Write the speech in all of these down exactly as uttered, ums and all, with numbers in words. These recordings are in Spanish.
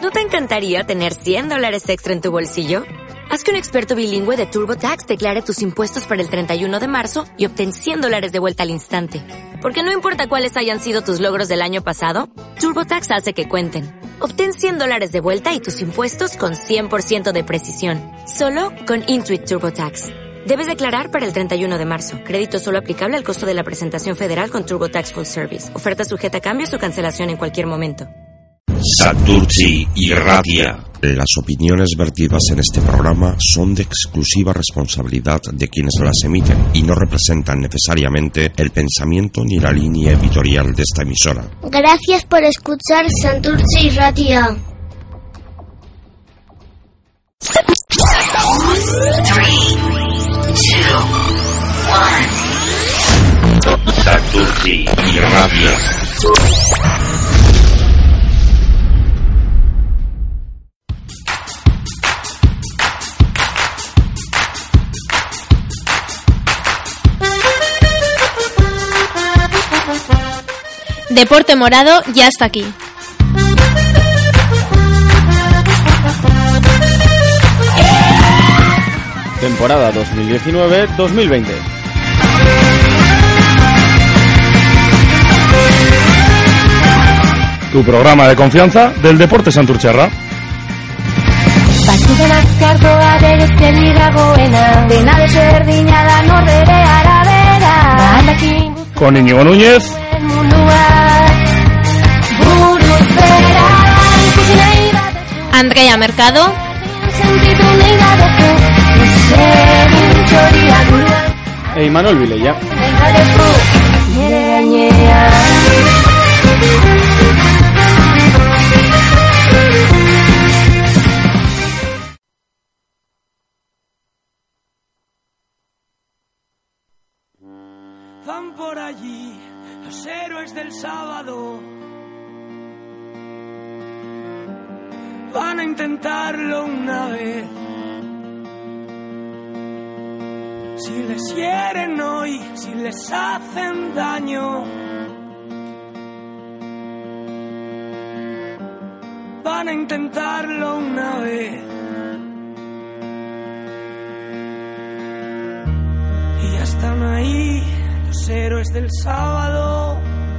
¿No te encantaría tener cien dólares extra en tu bolsillo? Haz que un experto bilingüe de TurboTax declare tus impuestos para el treinta y uno de marzo y obtén cien dólares de vuelta al instante. Porque no importa cuáles hayan sido tus logros del año pasado, TurboTax hace que cuenten. Obtén cien dólares de vuelta y tus impuestos con cien por ciento de precisión. Solo con Intuit TurboTax. Debes declarar para el treinta y uno de marzo. Crédito solo aplicable al costo de la presentación federal con TurboTax Full Service. Oferta sujeta a cambios o cancelación en cualquier momento. Santurtzi y Radia. Las opiniones vertidas en este programa son de exclusiva responsabilidad de quienes las emiten y no representan necesariamente el pensamiento ni la línea editorial de esta emisora. Gracias por escuchar Santurtzi y Radia. Santurtzi y Radia. Deporte Morado ya está aquí. Temporada dos mil diecinueve dos mil veinte. Tu programa de confianza del deporte santurtziarra. Con Íñigo Núñez, Andrea Mercado e Imanol Vilella. Van por allí los héroes del sábado, van a intentarlo una vez. Si les hieren hoy, si les hacen daño, van a intentarlo una vez. Y ya están ahí los héroes del sábado.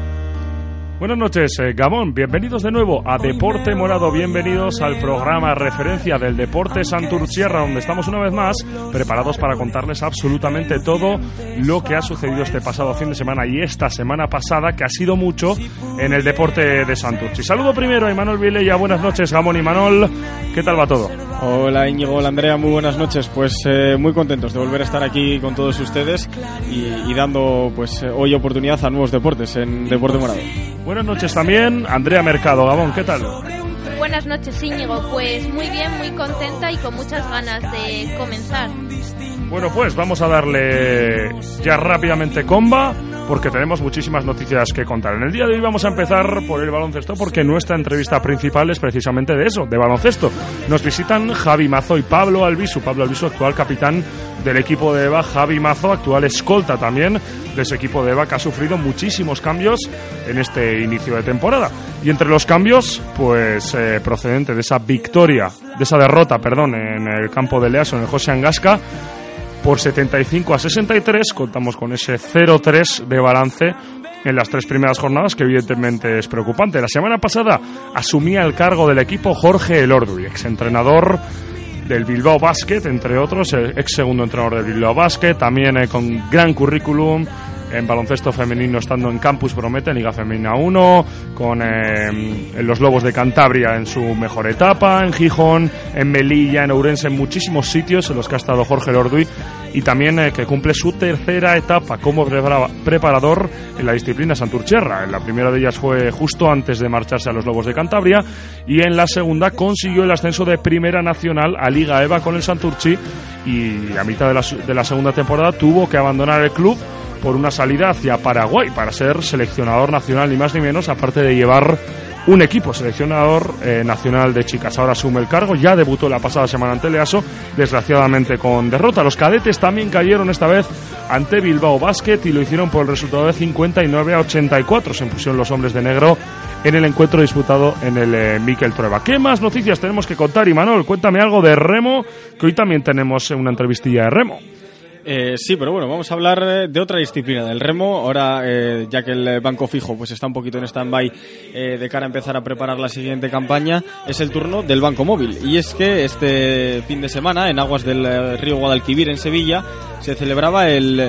buenas noches, eh, Gabón, bienvenidos de nuevo a Deporte Morado, bienvenidos al programa referencia del deporte santurtziarra, donde estamos una vez más preparados para contarles absolutamente todo lo que ha sucedido este pasado fin de semana y esta semana pasada, que ha sido mucho en el deporte de Santurtzi. Saludo primero a Imanol Vilella, buenas noches, Gabón. Imanol, ¿qué tal va todo? Hola Íñigo, hola Andrea, muy buenas noches. Pues eh, muy contentos de volver a estar aquí con todos ustedes y, y dando pues eh, hoy oportunidad a nuevos deportes en Deporte Morado. Buenas noches también, Andrea Mercado. Gabón, ¿qué tal? Buenas noches, Íñigo. Pues muy bien, muy contenta y con muchas ganas de comenzar. Bueno, pues vamos a darle ya rápidamente comba, porque tenemos muchísimas noticias que contar. En el día de hoy vamos a empezar por el baloncesto, porque nuestra entrevista principal es precisamente de eso, de baloncesto. Nos visitan Javi Mazo y Pablo Albisu. Pablo Albisu, actual capitán del equipo de EVA, Javi Mazo, actual escolta también de ese equipo de EVA, que ha sufrido muchísimos cambios en este inicio de temporada. Y entre los cambios, pues eh, procedente de esa victoria, de esa derrota, perdón, en el campo de Leaso, en el José Angasca, por setenta y cinco a sesenta y tres, contamos con ese cero tres de balance en las tres primeras jornadas, que evidentemente es preocupante. La semana pasada asumía el cargo del equipo Jorge Elorduy, exentrenador del Bilbao Basket, entre otros, ex segundo entrenador del Bilbao Basket, también eh, con gran currículum en baloncesto femenino, estando en Campus Promete, en Liga Femenina uno, con eh, en los Lobos de Cantabria en su mejor etapa, en Gijón, en Melilla, en Ourense, en muchísimos sitios en los que ha estado Jorge Elorduy, y también eh, que cumple su tercera etapa como prepara- preparador en la disciplina santurtziarra. En la primera de ellas fue justo antes de marcharse a los Lobos de Cantabria, y en la segunda consiguió el ascenso de Primera Nacional a Liga EVA con el Santurtzi, y a mitad de la, de la segunda temporada tuvo que abandonar el club por una salida hacia Paraguay para ser seleccionador nacional, ni más ni menos, aparte de llevar un equipo seleccionador eh, nacional de chicas. Ahora asume el cargo, ya debutó la pasada semana ante Leaso, desgraciadamente con derrota. Los cadetes también cayeron esta vez ante Bilbao Basket y lo hicieron por el resultado de cincuenta y nueve a ochenta y cuatro. Se impusieron los hombres de negro en el encuentro disputado en el eh, Miquel Trueba. ¿Qué más noticias tenemos que contar, Imanol? Cuéntame algo de remo, que hoy también tenemos una entrevistilla de remo. Eh, sí, pero bueno, vamos a hablar de otra disciplina, del remo. Ahora, eh, ya que el banco fijo pues está un poquito en stand-by eh, de cara a empezar a preparar la siguiente campaña, es el turno del banco móvil. Y es que este fin de semana, en aguas del eh, río Guadalquivir, en Sevilla, se celebraba el,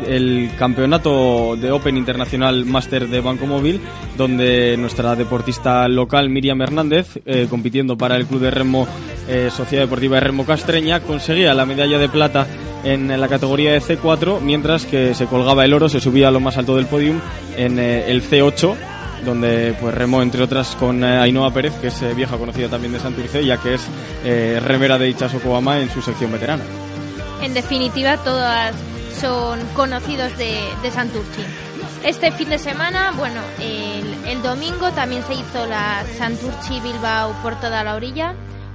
el campeonato de Open Internacional Master de banco móvil, donde nuestra deportista local, Miriam Hernández, eh, compitiendo para el Club de Remo eh, Sociedad Deportiva de Remo Castreña, conseguía la medalla de plata en la categoría de C cuatro, mientras que se colgaba el oro, se subía a lo más alto del podium en eh, el C ocho, donde pues remó entre otras con eh, Ainhoa Pérez, que es eh, vieja conocida también de Santurce, ya que es eh, remera de Itxaso Koama en su sección veterana. En definitiva, todas son conocidos de, de Santurce. Este fin de semana, bueno, el, el domingo también se hizo la Santurce Bilbao por toda la orilla,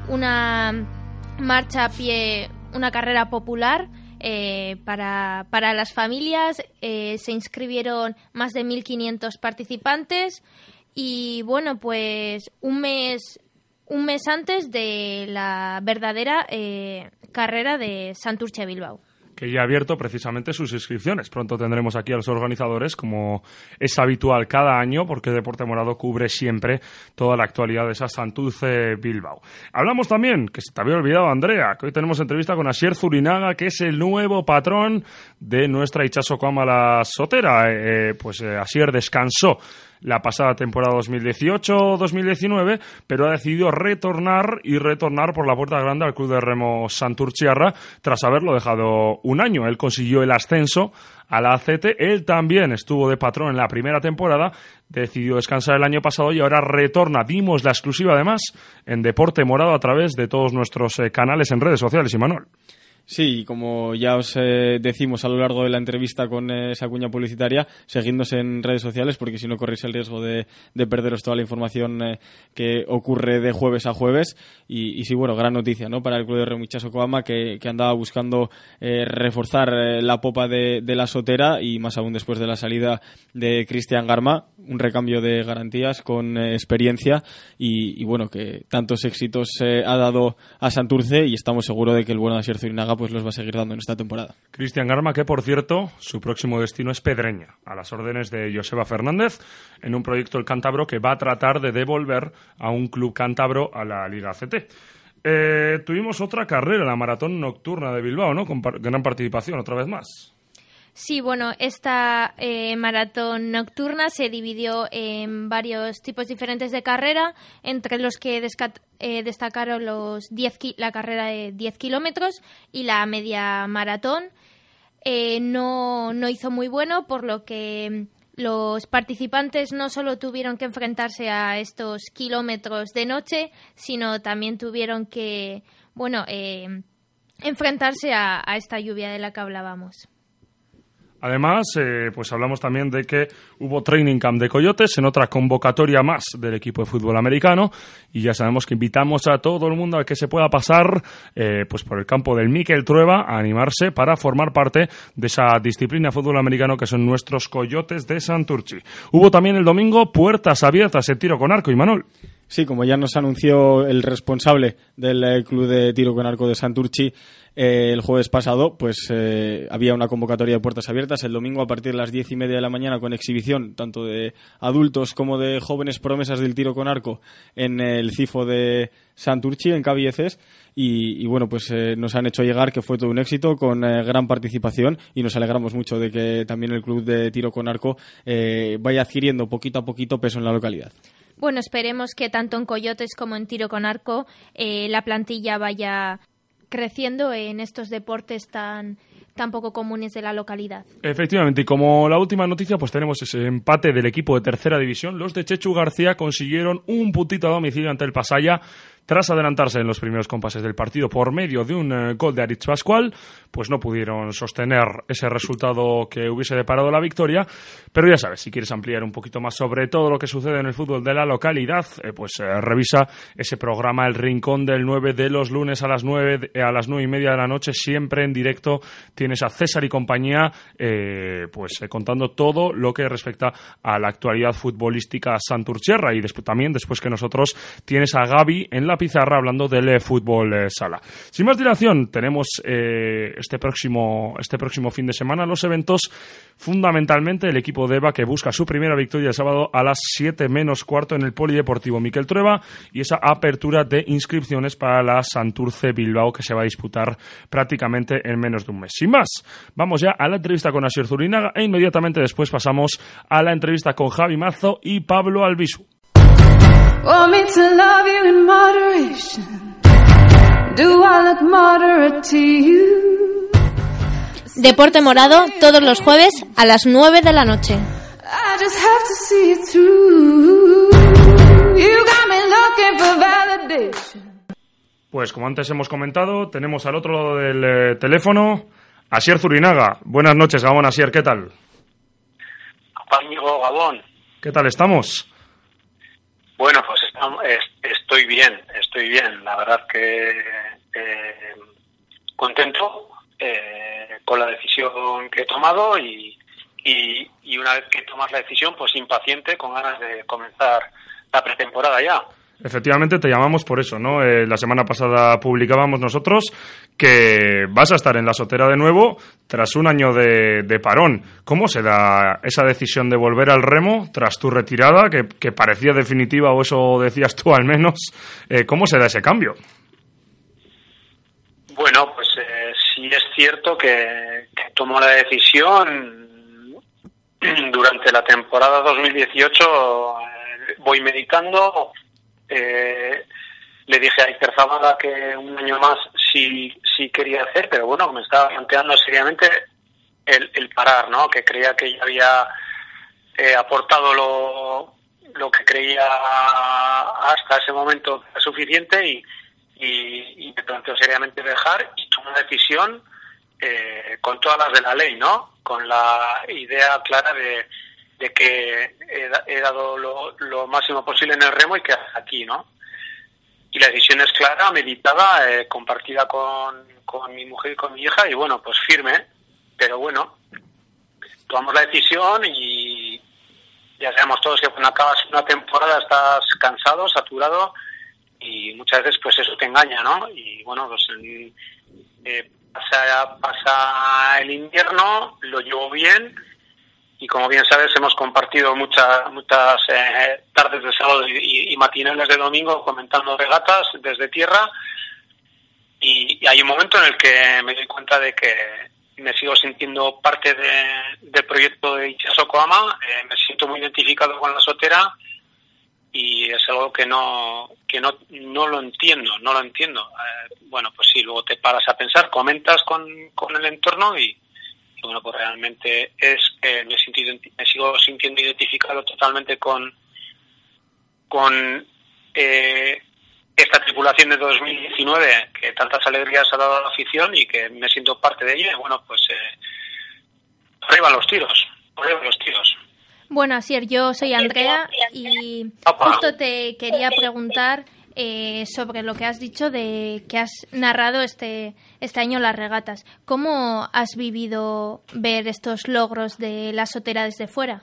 una marcha a pie, una carrera popular eh, para, para las familias. Eh, se inscribieron más de mil quinientos participantes y bueno, pues un mes un mes antes de la verdadera eh, carrera de Santurce Bilbao, que ya ha abierto precisamente sus inscripciones. Pronto tendremos aquí a los organizadores, como es habitual cada año, porque Deporte Morado cubre siempre toda la actualidad de esa Santurce Bilbao. Hablamos también, que se te había olvidado, Andrea, que hoy tenemos entrevista con Asier Zurinaga, que es el nuevo patrón de nuestra Itxaso Koama la Sotera. Eh, pues eh, Asier descansó la pasada temporada dos mil dieciocho dos mil diecinueve, pero ha decidido retornar y retornar por la puerta grande al Club de Remo Santurtziarra tras haberlo dejado un año. Él consiguió el ascenso a la A C T, él también estuvo de patrón en la primera temporada, decidió descansar el año pasado y ahora retorna. Dimos la exclusiva además en Deporte Morado a través de todos nuestros eh, canales en redes sociales, Imanol. Sí, como ya os eh, decimos a lo largo de la entrevista con eh, esa cuña publicitaria, seguidnos en redes sociales, porque si no corréis el riesgo de, de perderos toda la información eh, que ocurre de jueves a jueves. Y, y sí, bueno, gran noticia, ¿no?, para el Club de Remo Itxaso Koama, que, que andaba buscando eh, reforzar eh, la popa de, de la Sotera, y más aún después de la salida de Cristian Garma, un recambio de garantías con eh, experiencia y, y bueno, que tantos éxitos eh, ha dado a Santurce, y estamos seguros de que el bueno de Asier Zurinaga pues los va a seguir dando en esta temporada. Cristian Garma, que por cierto, su próximo destino es Pedreña, a las órdenes de Joseba Fernández, en un proyecto el cántabro que va a tratar de devolver a un club cántabro a la Liga A C T. Eh, tuvimos otra carrera, la maratón nocturna de Bilbao, ¿no?, con par- gran participación otra vez más. Sí, bueno, esta eh, maratón nocturna se dividió en varios tipos diferentes de carrera, entre los que desca- eh, destacaron los diez ki- la carrera de diez kilómetros y la media maratón. Eh, no, no hizo muy bueno, por lo que los participantes no solo tuvieron que enfrentarse a estos kilómetros de noche, sino también tuvieron que, bueno, eh, enfrentarse a, a esta lluvia de la que hablábamos. Además, eh, pues hablamos también de que hubo training camp de Coyotes en otra convocatoria más del equipo de fútbol americano, y ya sabemos que invitamos a todo el mundo a que se pueda pasar eh, pues por el campo del Miquel Trueba a animarse para formar parte de esa disciplina de fútbol americano que son nuestros Coyotes de Santurce. Hubo también el domingo puertas abiertas en tiro con arco, Imanol. Sí, como ya nos anunció el responsable del eh, Club de Tiro con Arco de Santurce eh, el jueves pasado, pues eh, había una convocatoria de puertas abiertas el domingo a partir de las diez y media de la mañana, con exhibición tanto de adultos como de jóvenes promesas del tiro con arco en el CIFO de Santurce, en Cabieces, y, y bueno, pues eh, nos han hecho llegar que fue todo un éxito, con eh, gran participación, y nos alegramos mucho de que también el Club de Tiro con Arco eh, vaya adquiriendo poquito a poquito peso en la localidad. Bueno, esperemos que tanto en Coyotes como en tiro con arco eh, la plantilla vaya creciendo en estos deportes tan, tan poco comunes de la localidad. Efectivamente, y como la última noticia, pues tenemos ese empate del equipo de tercera división. Los de Chechu García consiguieron un puntito a domicilio ante el Pasaya, tras adelantarse en los primeros compases del partido por medio de un eh, gol de Aritz Pascual, pues no pudieron sostener ese resultado que hubiese deparado la victoria. Pero ya sabes, si quieres ampliar un poquito más sobre todo lo que sucede en el fútbol de la localidad, eh, pues eh, revisa ese programa El Rincón del nueve de los lunes a las nueve, a las nueve y media de la noche, siempre en directo. Tienes a César y compañía, eh, pues eh, contando todo lo que respecta a la actualidad futbolística santurciarra, y después, también después que nosotros tienes a Gaby en la pizarra hablando del eh, fútbol eh, sala. Sin más dilación, tenemos eh, este próximo este próximo fin de semana los eventos, fundamentalmente el equipo de EVA que busca su primera victoria el sábado a las siete menos cuarto en el Polideportivo Miquel Trueba, y esa apertura de inscripciones para la Santurce Bilbao que se va a disputar prácticamente en menos de un mes. Sin más, vamos ya a la entrevista con Asier Zurinaga e inmediatamente después pasamos a la entrevista con Javi Mazo y Pablo Albisu. Want me to love you in moderation. Do I look moderate to you? Deporte Morado todos los jueves a las nueve de la noche. I just have to see it through. You got me looking for validation. Pues como antes hemos comentado, tenemos al otro lado del eh, teléfono Asier Zurinaga. Buenas noches, Gabón. Asier, ¿qué tal? Amigo Gabón. ¿Qué tal estamos? Bueno, pues estoy bien, estoy bien. La verdad que eh, contento eh, con la decisión que he tomado y, y, y una vez que tomas la decisión, pues impaciente, con ganas de comenzar la pretemporada ya. Efectivamente, te llamamos por eso, ¿no? Eh, la semana pasada publicábamos nosotros que vas a estar en la Sotera de nuevo tras un año de, de parón. ¿Cómo se da esa decisión de volver al remo tras tu retirada, que, que parecía definitiva, o eso decías tú al menos? Eh, ¿Cómo se da ese cambio? Bueno, pues eh, sí es cierto que, que tomo la decisión durante la temporada dos mil dieciocho. Eh, voy meditando. Eh, le dije a Iker Zabala que un año más sí, sí quería hacer, pero bueno, me estaba planteando seriamente el, el parar, ¿no? Que creía que ya había eh, aportado lo, lo que creía hasta ese momento suficiente y, y, y me planteo seriamente dejar, y tomé una decisión eh, con todas las de la ley, ¿no? Con la idea clara de de que he, he dado lo, lo máximo posible en el remo y que hasta aquí, ¿no? Y la decisión es clara, meditada, eh, compartida con, con mi mujer y con mi hija, y bueno, pues firme, pero bueno, tomamos la decisión y ya sabemos todos que cuando acabas una temporada estás cansado, saturado, y muchas veces pues eso te engaña, ¿no? Y bueno, pues eh, pasa, pasa el invierno, lo llevo bien. Y como bien sabes, hemos compartido muchas muchas eh, tardes de sábado y, y matinales de domingo comentando regatas desde tierra. Y, y hay un momento en el que me doy cuenta de que me sigo sintiendo parte de, del proyecto de Itxaso Koama. Eh, me siento muy identificado con la Sotera y es algo que no que no no lo entiendo, no lo entiendo. Eh, bueno, pues sí, luego te paras a pensar, comentas con, con el entorno y bueno, pues realmente es que me, me sigo sintiendo identificado totalmente con con eh, esta tripulación de dos mil diecinueve que tantas alegrías ha dado a la afición y que me siento parte de ella. Y bueno, pues eh, arriba los tiros, arriba los tiros. Bueno, Asier, yo soy Andrea y justo te quería preguntar Eh, sobre lo que has dicho de que has narrado este este año las regatas. ¿Cómo has vivido ver estos logros de la Sotera desde fuera?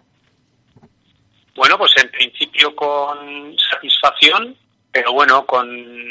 Bueno, pues en principio con satisfacción, pero bueno, con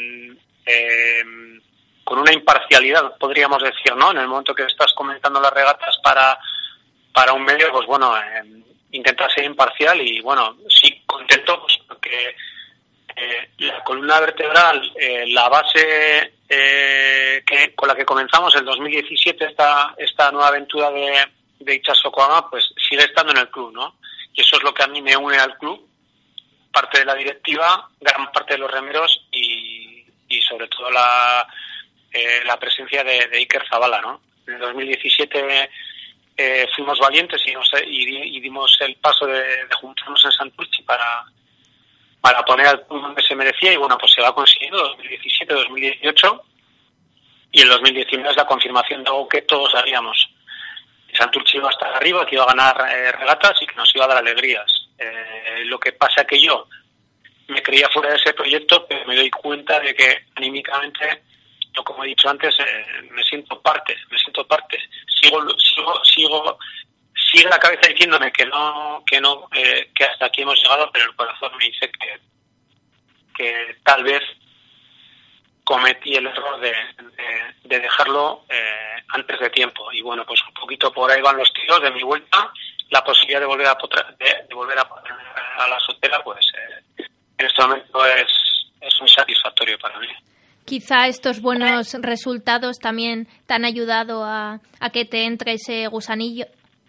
eh, con una imparcialidad, podríamos decir, ¿no? En el momento que estás comentando las regatas para para un medio, pues bueno, eh, intentas ser imparcial y bueno, sí contento, pues porque Eh, la columna vertebral, eh, la base eh, que con la que comenzamos en dos mil diecisiete esta esta nueva aventura de, de Itxaso Koama, pues sigue estando en el club, ¿no? Y eso es lo que a mí me une al club, parte de la directiva, gran parte de los remeros y, y sobre todo la eh, la presencia de, de Iker Zabala, ¿no? En dos mil diecisiete eh, fuimos valientes y, nos, y, y dimos el paso de, de juntarnos en Santurtzi para para poner al club donde se merecía, y bueno, pues se va consiguiendo dos mil diecisiete, dos mil dieciocho, y en dos mil diecinueve es la confirmación de algo que todos sabíamos. Santurce iba a estar arriba, que iba a ganar eh, regatas y que nos iba a dar alegrías. Eh, lo que pasa que yo me creía fuera de ese proyecto, pero me doy cuenta de que anímicamente, yo como he dicho antes, eh, me siento parte, me siento parte. Sigo, sigo, sigo, sigue la cabeza diciéndome que no, que no, eh, que hasta aquí hemos llegado, pero el corazón me dice que, que tal vez cometí el error de, de, de dejarlo eh, antes de tiempo. Y bueno, pues un poquito por ahí van los tiros de mi vuelta. La posibilidad de volver a potra, de, de volver a, a la soltera, pues eh, en este momento es, es muy satisfactorio para mí. Quizá estos buenos resultados también te han ayudado a, a que te entre ese gusanillo.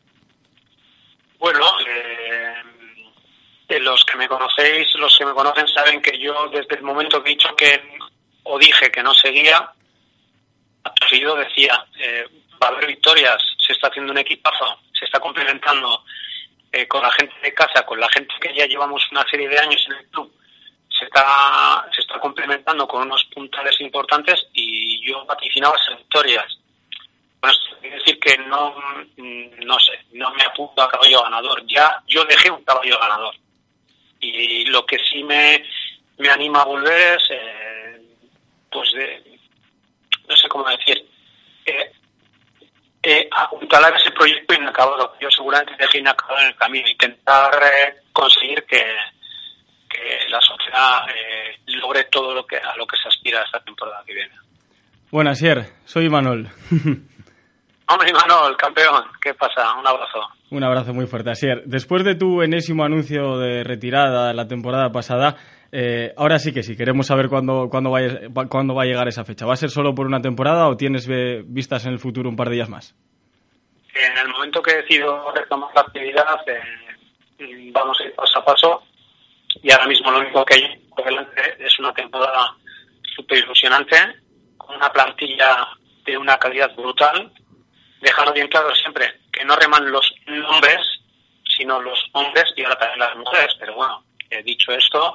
Bueno, eh, de los que me conocéis, los que me conocen saben que yo desde el momento que he dicho que o dije que no seguía, a seguido decía, eh, va a haber victorias, se está haciendo un equipazo, se está complementando eh, con la gente de casa, con la gente que ya llevamos una serie de años en el club, se está se está complementando con unos puntales importantes, y yo vaticinaba esas victorias. Bueno, esto quiere decir que no, no sé, no me apunto a caballo ganador, ya yo dejé un caballo ganador, y lo que sí me, me anima a volver es eh, pues de, no sé cómo decir, eh, eh, apuntalar ese proyecto inacabado. Yo seguramente dejé inacabado en el camino, intentar eh, conseguir que, que la sociedad eh, logre todo lo que a lo que se aspira esta temporada que viene. Buenas, Sier, soy Imanol. Hombre, Imanol, campeón, ¿qué pasa? Un abrazo. Un abrazo muy fuerte, Asier. Después de tu enésimo anuncio de retirada la temporada pasada, eh, ahora sí que sí, queremos saber cuándo, cuándo, vaya, cuándo va a llegar esa fecha. ¿Va a ser solo por una temporada o tienes eh, vistas en el futuro un par de días más? En el momento que decido retomar la actividad, eh, vamos a ir paso a paso, y ahora mismo lo único que hay por delante es una temporada súper ilusionante, con una plantilla de una calidad brutal, dejando bien claro siempre que no reman los nombres, sino los hombres y ahora también las mujeres. Pero bueno, eh, dicho esto,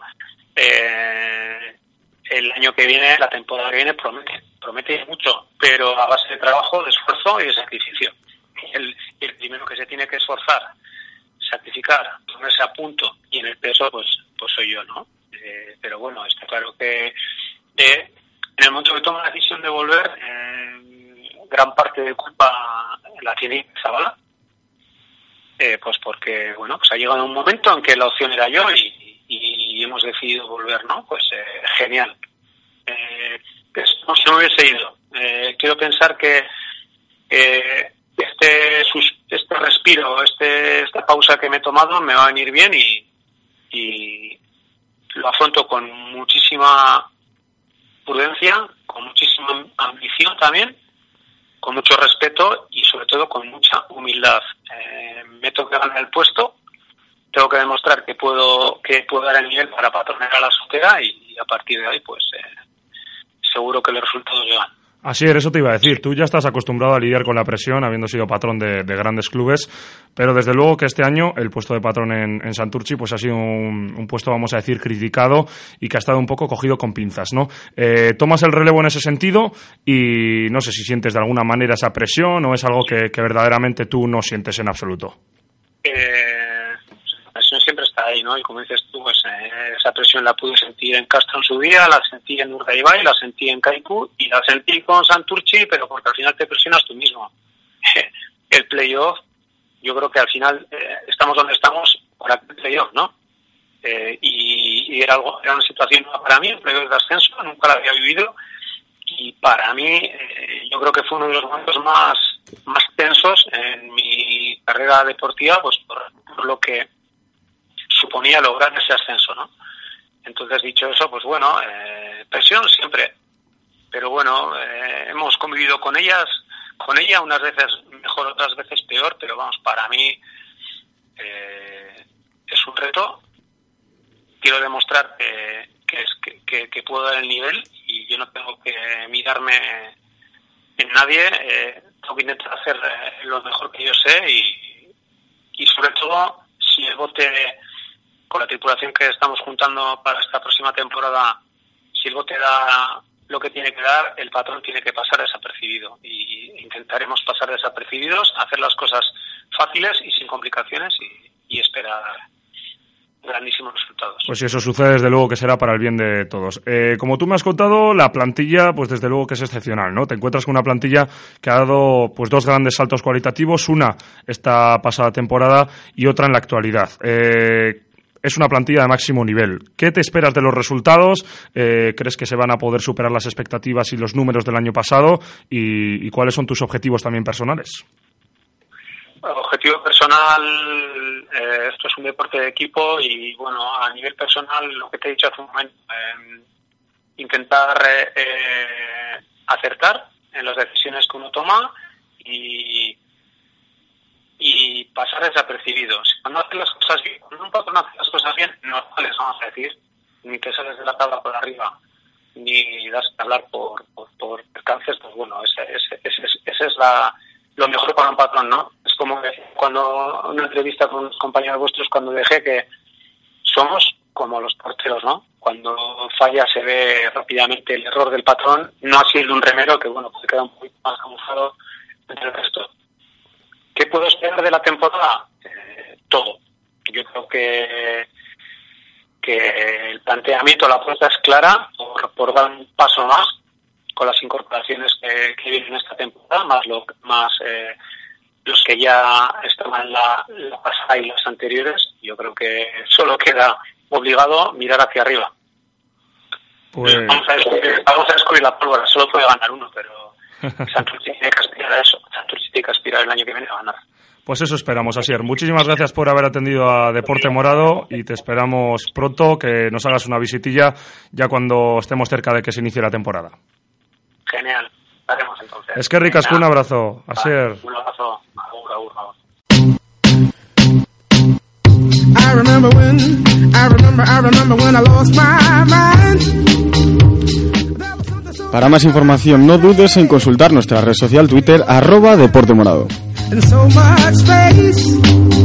eh, el año que viene, la temporada que viene, promete, promete mucho, pero a base de trabajo, de esfuerzo y de sacrificio. El, el primero que se tiene que esforzar, sacrificar, ponerse a punto y en el peso, pues pues soy yo, ¿no? Eh, pero bueno, está claro que eh, en el momento que tomo la decisión de volver, eh, gran parte de culpa la tiene Zabala, eh, pues porque, bueno, pues ha llegado un momento en que la opción era yo y, y hemos decidido volver, ¿no? Pues eh, genial. Eh, no se me hubiese ido. Eh, quiero pensar que eh, este sus, este respiro, este esta pausa que me he tomado me va a venir bien y, y lo afronto con muchísima prudencia, con muchísima ambición también, con mucho respeto y sobre todo con mucha humildad. Eh, me tengo que ganar el puesto, tengo que demostrar que puedo que puedo dar el nivel para patronar a la soltera y, y a partir de ahí pues eh, seguro que los resultados llegan. Así es, eso te iba a decir. Tú ya estás acostumbrado a lidiar con la presión, habiendo sido patrón de, de grandes clubes, pero desde luego que este año el puesto de patrón en, en Santurce pues ha sido un, un puesto, vamos a decir, criticado y que ha estado un poco cogido con pinzas, ¿no? Eh, tomas el relevo en ese sentido y no sé si sientes de alguna manera esa presión o es algo que, que verdaderamente tú no sientes en absoluto. Eh, la presión siempre está ahí, ¿no? Y como dices tú, pues eh, esa presión la pude sentir en Castro en su día, la sentí en Urdaibai, la sentí en Kaiku y la sentí con Santurce, pero porque al final te presionas tú mismo. El playoff, yo creo que al final eh, estamos donde estamos por aquel playoff, ¿no? Eh, y, y era algo, era una situación nueva para mí, un playoff de ascenso, nunca la había vivido y para mí eh, yo creo que fue uno de los momentos más más tensos en mi carrera deportiva, pues por, por lo que suponía lograr ese ascenso, ¿no? Entonces, dicho eso, pues bueno, eh, presión siempre, pero bueno, eh, hemos convivido con ellas, con ella unas veces mejor, otras veces peor, pero vamos, para mí eh, es un reto. Quiero demostrar que, que, es, que, que, que puedo dar el nivel y yo no tengo que mirarme en nadie, eh, tengo que intentar hacer eh, lo mejor que yo sé y, y sobre todo, si el bote con la tripulación que estamos juntando para esta próxima temporada, si el bote da lo que tiene que dar, el patrón tiene que pasar desapercibido, y intentaremos pasar desapercibidos, hacer las cosas fáciles y sin complicaciones y, y esperar grandísimos resultados. Pues si eso sucede, desde luego que será para el bien de todos. Eh, como tú me has contado, la plantilla, pues desde luego que es excepcional, ¿no? Te encuentras con una plantilla que ha dado pues dos grandes saltos cualitativos, una esta pasada temporada y otra en la actualidad. Eh, es una plantilla de máximo nivel. ¿Qué te esperas de los resultados? Eh, ¿Crees que se van a poder superar las expectativas y los números del año pasado? ¿Y, y cuáles son tus objetivos también personales? Objetivo personal, eh, esto es un deporte de equipo y bueno, a nivel personal, lo que te he dicho hace un momento, eh, intentar eh, eh, acertar en las decisiones que uno toma y, y pasar desapercibidos. Cuando haces las cosas bien, cuando un patrón hace las cosas bien, no sales, vamos a decir, ni te sales de la tabla por arriba, ni das a hablar por, por, por percances, pues bueno, ese, ese, ese, ese es la... lo mejor para un patrón, ¿no? Es como cuando una entrevista con unos compañeros vuestros, cuando dejé que somos como los porteros, ¿no? Cuando falla se ve rápidamente el error del patrón, no así el de un remero, que bueno, puede quedar un poquito más camuflado entre el resto. ¿Qué puedo esperar de la temporada? Eh, todo. Yo creo que que el planteamiento, la apuesta es clara por, por dar un paso más con las incorporaciones que, que vienen esta temporada, más lo más eh, los que ya estaban la, la pasada y las anteriores. Yo creo que solo queda obligado mirar hacia arriba. Pues... Vamos, a descubrir, vamos a descubrir la pólvora, solo puede ganar uno, pero Santurce tiene que aspirar a eso. Santurce tiene que aspirar el año que viene a ganar. Pues eso esperamos, Asier. Muchísimas gracias por haber atendido a Deporte Morado y te esperamos pronto que nos hagas una visitilla ya cuando estemos cerca de que se inicie la temporada. Genial, haremos entonces. Es que ricasco, un abrazo, Asier. Un abrazo, agur, agur, agur. I remember when, I remember, I remember when I lost my mind. Para más información no dudes en consultar nuestra red social Twitter arroba Deporte Morado. And so much space.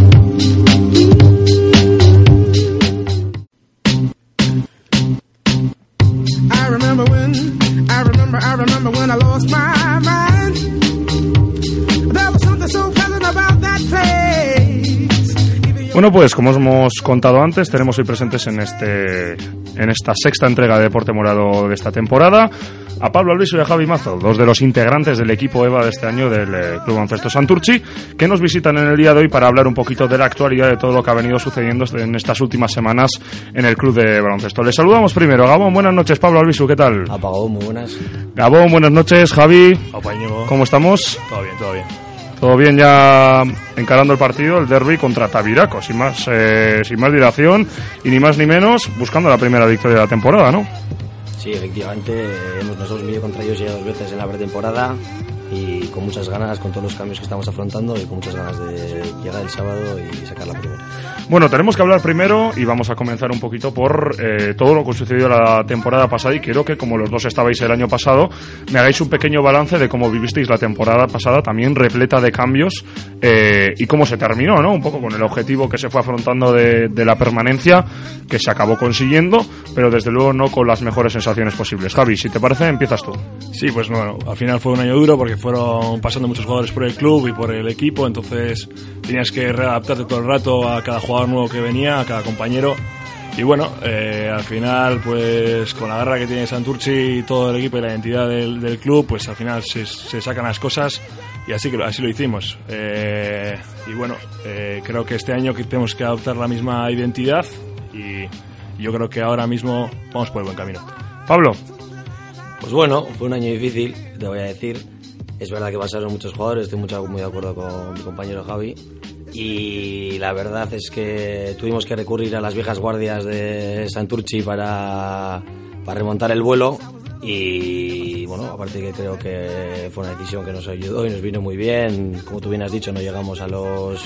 I remember when, I remember, I remember when I lost my mind. There was something so pleasant about that place. Bueno, pues como os hemos contado antes, tenemos hoy presentes en este en esta sexta entrega de Deporte Morado de esta temporada a Pablo Albisu y a Javi Mazo, dos de los integrantes del equipo EVA de este año del eh, Club Baloncesto Santurtzi, que nos visitan en el día de hoy para hablar un poquito de la actualidad de todo lo que ha venido sucediendo en estas últimas semanas en el Club de Baloncesto. Les saludamos primero. Gabón, buenas noches. Pablo Albisu, ¿qué tal? Apagón, muy buenas. Gabón, buenas noches. Javi, Apañego. ¿Cómo estamos? Todo bien, todo bien. Todo bien, ya encarando el partido, el derbi contra Tabiraco, sin más, eh, sin más dilación y ni más ni menos, buscando la primera victoria de la temporada, ¿no? Sí, efectivamente, hemos, nos hemos vivido contra ellos ya dos veces en la pretemporada y con muchas ganas, con todos los cambios que estamos afrontando y con muchas ganas de llegar el sábado y sacar la primera. Bueno, tenemos que hablar primero y vamos a comenzar un poquito por eh, todo lo que sucedió la temporada pasada y quiero que, como los dos estabais el año pasado, me hagáis un pequeño balance de cómo vivisteis la temporada pasada, también repleta de cambios eh, y cómo se terminó, ¿no? Un poco con el objetivo que se fue afrontando de, de la permanencia, que se acabó consiguiendo, pero desde luego no con las mejores sensaciones posibles. Javi, si te parece, empiezas tú. Sí, pues bueno, al final fue un año duro porque fueron pasando muchos jugadores por el club y por el equipo, entonces tenías que readaptarte todo el rato a cada jugador nuevo que venía, a cada compañero. Y bueno, eh, al final, pues con la garra que tiene Santurce y todo el equipo y la identidad del, del club, pues al final se, se sacan las cosas y así, así lo hicimos. Eh, y bueno, eh, creo que este año que tenemos que adoptar la misma identidad y yo creo que ahora mismo vamos por el buen camino. Pablo. Pues bueno, fue un año difícil, te voy a decir. Es verdad que pasaron muchos jugadores, estoy mucho, muy de acuerdo con mi compañero Javi. Y la verdad es que tuvimos que recurrir a las viejas guardias de Santurce para, para remontar el vuelo. Y bueno, aparte que creo que fue una decisión que nos ayudó y nos vino muy bien. Como tú bien has dicho, no llegamos a los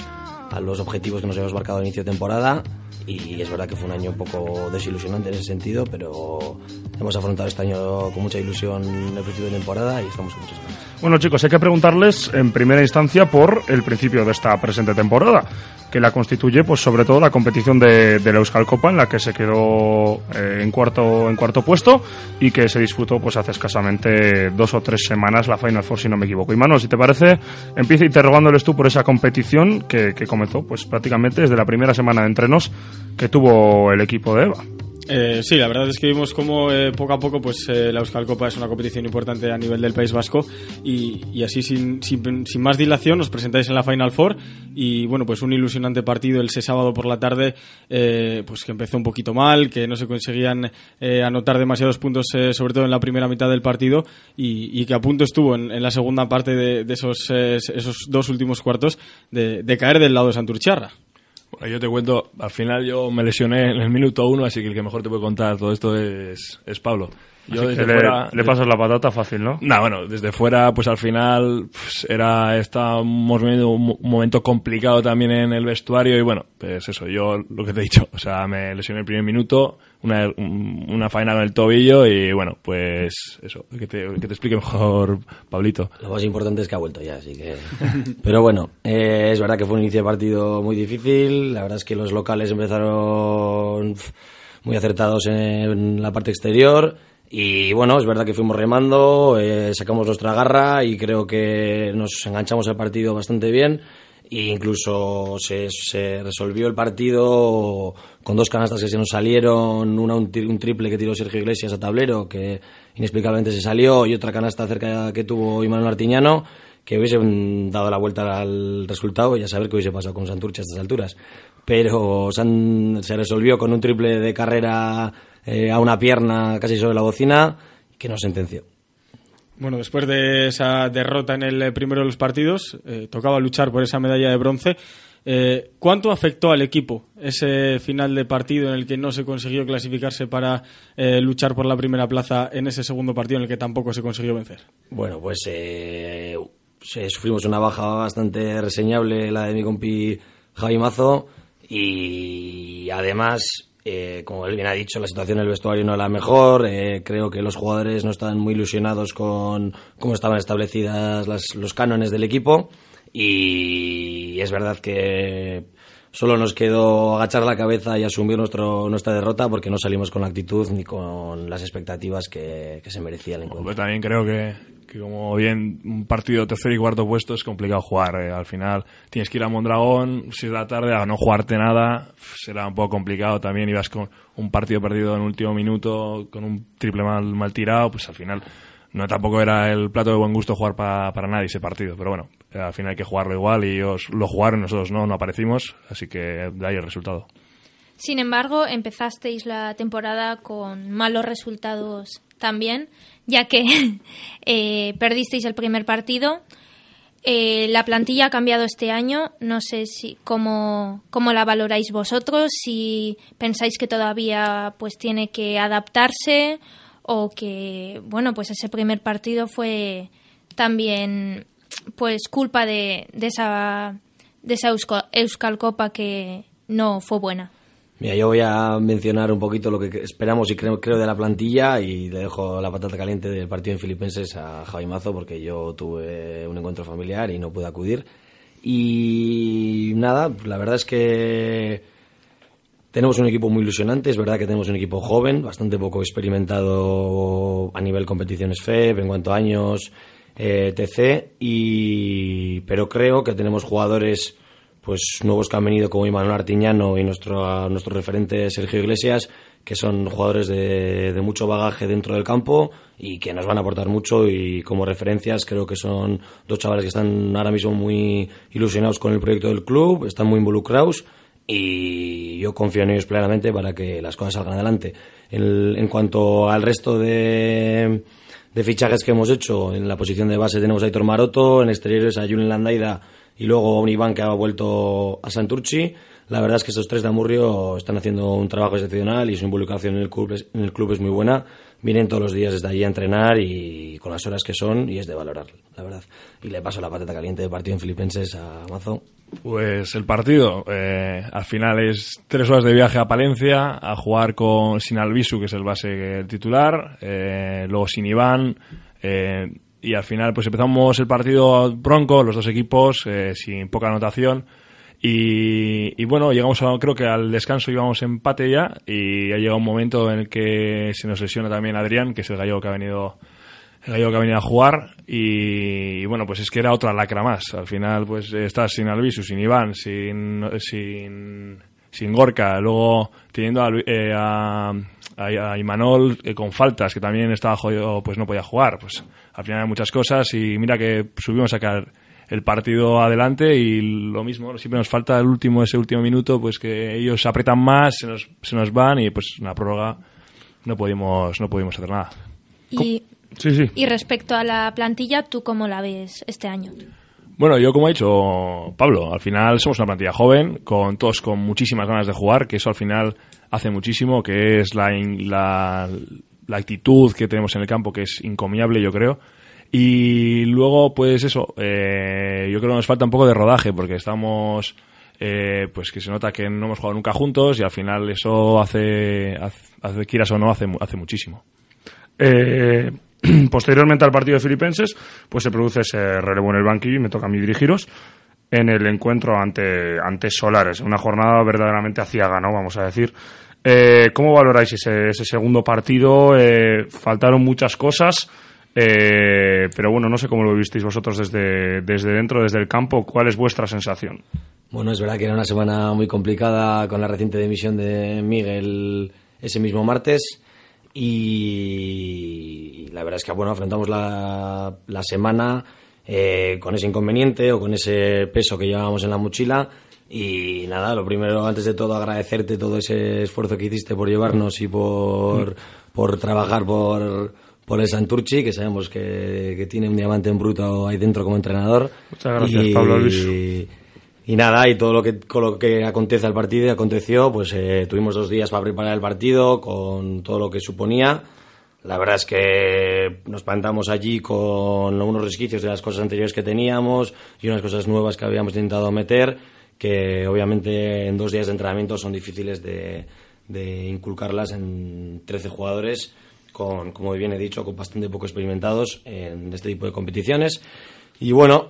a los objetivos que nos habíamos marcado al inicio de temporada. Y es verdad que fue un año un poco desilusionante en ese sentido, pero hemos afrontado este año con mucha ilusión el principio de temporada y estamos con muchas ganas. Bueno, chicos, hay que preguntarles en primera instancia por el principio de esta presente temporada, que la constituye pues sobre todo la competición de, de la Euskal Copa, en la que se quedó eh, en cuarto en cuarto puesto y que se disputó pues hace escasamente dos o tres semanas la Final Four, si no me equivoco. Y Manu, si te parece, empieza interrogándoles tú por esa competición que, que comenzó pues prácticamente desde la primera semana de entrenos que tuvo el equipo de EVA. Eh, sí, la verdad es que vimos como eh, poco a poco pues eh, la Euskal Copa es una competición importante a nivel del País Vasco y, y así sin, sin, sin más dilación os presentáis en la Final Four y bueno, pues un ilusionante partido ese sábado por la tarde eh, pues que empezó un poquito mal, que no se conseguían eh, anotar demasiados puntos eh, sobre todo en la primera mitad del partido y, y que a punto estuvo en, en la segunda parte de, de esos, eh, esos dos últimos cuartos de, de caer del lado de Santurtziarra. Bueno, yo te cuento, al final yo me lesioné en el minuto uno, así que el que mejor te puede contar todo esto es, es Pablo. Yo así desde que fuera, le, le pasas la patata fácil, ¿no? No, bueno, desde fuera, pues al final pues, era estábamos viviendo un, un momento complicado también en el vestuario y bueno, pues eso, yo lo que te he dicho, o sea, me lesioné el primer minuto, una, una faena con el tobillo y bueno, pues eso, que te, que te explique mejor Pablito. Lo más importante es que ha vuelto ya, así que... Pero bueno, eh, es verdad que fue un inicio de partido muy difícil, la verdad es que los locales empezaron muy acertados en la parte exterior. Y bueno, es verdad que fuimos remando, eh, sacamos nuestra garra y creo que nos enganchamos al partido bastante bien e incluso se, se resolvió el partido con dos canastas que se nos salieron, una un, un triple que tiró Sergio Iglesias a tablero que inexplicablemente se salió y otra canasta cerca que tuvo Imanol Artiñano que hubiese dado la vuelta al resultado y a saber qué hubiese pasado con Santurtzi a estas alturas, pero se, han, se resolvió con un triple de carrera Eh, a una pierna casi sobre la bocina que nos sentenció. Bueno, después de esa derrota en el primero de los partidos, eh, tocaba luchar por esa medalla de bronce. Eh, ¿Cuánto afectó al equipo ese final de partido en el que no se consiguió clasificarse para eh, luchar por la primera plaza en ese segundo partido en el que tampoco se consiguió vencer? Bueno, pues eh, sufrimos una baja bastante reseñable, la de mi compi Javi Mazo, y además... Eh, como él bien ha dicho, la situación en el vestuario no es la mejor. Eh, creo que los jugadores no están muy ilusionados con cómo estaban establecidas las, los cánones del equipo. Y es verdad que solo nos quedó agachar la cabeza y asumir nuestro, nuestra derrota porque no salimos con la actitud ni con las expectativas que, que se merecía el encuentro. Pues también creo que, que como bien un partido tercer y cuarto puesto es complicado jugar. Eh. Al final tienes que ir a Mondragón, si es la tarde, a no jugarte nada, será un poco complicado también. Ibas con un partido perdido en último minuto, con un triple mal, mal tirado, pues al final no tampoco era el plato de buen gusto jugar pa, para nadie ese partido. Pero bueno, al final hay que jugarlo igual y ellos lo jugaron, nosotros no, no aparecimos, así que de ahí el resultado. Sin embargo, empezasteis la temporada con malos resultados también, ya que eh, perdisteis el primer partido. Eh, la plantilla ha cambiado este año, no sé si cómo, cómo la valoráis vosotros, si pensáis que todavía pues tiene que adaptarse o que, bueno, pues ese primer partido fue también pues culpa de, de esa de esa Euskal, Euskal Copa que no fue buena. Mira, yo voy a mencionar un poquito lo que esperamos y creo, creo de la plantilla y le dejo la patata caliente del partido en Filipenses a Javi Mazo porque yo tuve un encuentro familiar y no pude acudir. Y nada, la verdad es que tenemos un equipo muy ilusionante, es verdad que tenemos un equipo joven, bastante poco experimentado a nivel competiciones F E P, en cuanto a años, eh, etcétera. Y, pero creo que tenemos jugadores pues nuevos que han venido como Imanol Artiñano y nuestro, nuestro referente Sergio Iglesias, que son jugadores de, de mucho bagaje dentro del campo y que nos van a aportar mucho, y como referencias creo que son dos chavales que están ahora mismo muy ilusionados con el proyecto del club, están muy involucrados y yo confío en ellos plenamente para que las cosas salgan adelante. En, en cuanto al resto de, de fichajes que hemos hecho, en la posición de base tenemos a Aitor Maroto, en exteriores a Julen Landaida y luego un Iván que ha vuelto a Santurtzi. La verdad es que estos tres de Amurrio están haciendo un trabajo excepcional y su involucración en el club es, en el club es muy buena. vienen todos los días desde allí a entrenar y con las horas que son, y es de valorar, la verdad. Y le paso la patata caliente de partido en Filipenses a Mazo. Pues el partido, eh, al final es tres horas de viaje a Palencia, a jugar con sin Albisu, que es el base titular, eh, luego sin Iván, eh, y al final pues empezamos el partido bronco, los dos equipos, eh, sin poca anotación, y, y bueno, llegamos a, creo que al descanso íbamos empate ya, y ha llegado un momento en el que se nos lesiona también Adrián, que es el gallego que ha venido el gallego que ha venido a jugar, y, y bueno, pues es que era otra lacra más. Al final pues estás sin Albisu, sin Iván, sin sin, sin Gorka, luego teniendo a, eh, a, a Imanol eh, con faltas, que también estaba jodido, pues no podía jugar. Pues al final hay muchas cosas, y mira que subimos a sacar el partido adelante, y lo mismo, siempre nos falta el último, ese último minuto, pues que ellos apretan más, se nos, se nos van, y pues en la prórroga no pudimos, no pudimos hacer nada. Y Sí, sí. Y respecto a la plantilla, ¿tú cómo la ves este año? Bueno, yo como ha dicho Pablo, al final somos una plantilla joven, con todos con muchísimas ganas de jugar, que eso al final hace muchísimo, que es la, la, la actitud que tenemos en el campo, que es encomiable, yo creo. Y luego, pues eso, eh, yo creo que nos falta un poco de rodaje, porque estamos, eh, pues que se nota que no hemos jugado nunca juntos, y al final eso hace, hace, hace quieras o no, hace, hace muchísimo. Eh... Posteriormente al partido de Filipenses, pues se produce ese relevo en el banquillo y me toca a mí dirigiros en el encuentro ante, ante Solares, una jornada verdaderamente aciaga, ¿no? Vamos a decir. Eh, ¿Cómo valoráis ese, ese segundo partido? Eh, faltaron muchas cosas, eh, pero bueno, no sé cómo lo visteis vosotros desde, desde dentro, desde el campo. ¿Cuál es vuestra sensación? Bueno, es verdad que era una semana muy complicada con la reciente dimisión de Miguel ese mismo martes. Y la verdad es que bueno, afrontamos la, la semana eh, con ese inconveniente o con ese peso que llevábamos en la mochila. Y nada, lo primero, antes de todo, agradecerte todo ese esfuerzo que hiciste por llevarnos y por, por trabajar por, por el Santurtzi, que sabemos que, que tiene un diamante en bruto ahí dentro como entrenador. Muchas gracias, y, Pablo Luis. Y nada, y todo lo que, con lo que acontece al partido y aconteció, pues eh, tuvimos dos días para preparar el partido con todo lo que suponía. La verdad es que nos plantamos allí con unos resquicios de las cosas anteriores que teníamos y unas cosas nuevas que habíamos intentado meter, que obviamente en dos días de entrenamiento son difíciles de, de inculcarlas en trece jugadores, con, como bien he dicho, con bastante poco experimentados en este tipo de competiciones. Y bueno,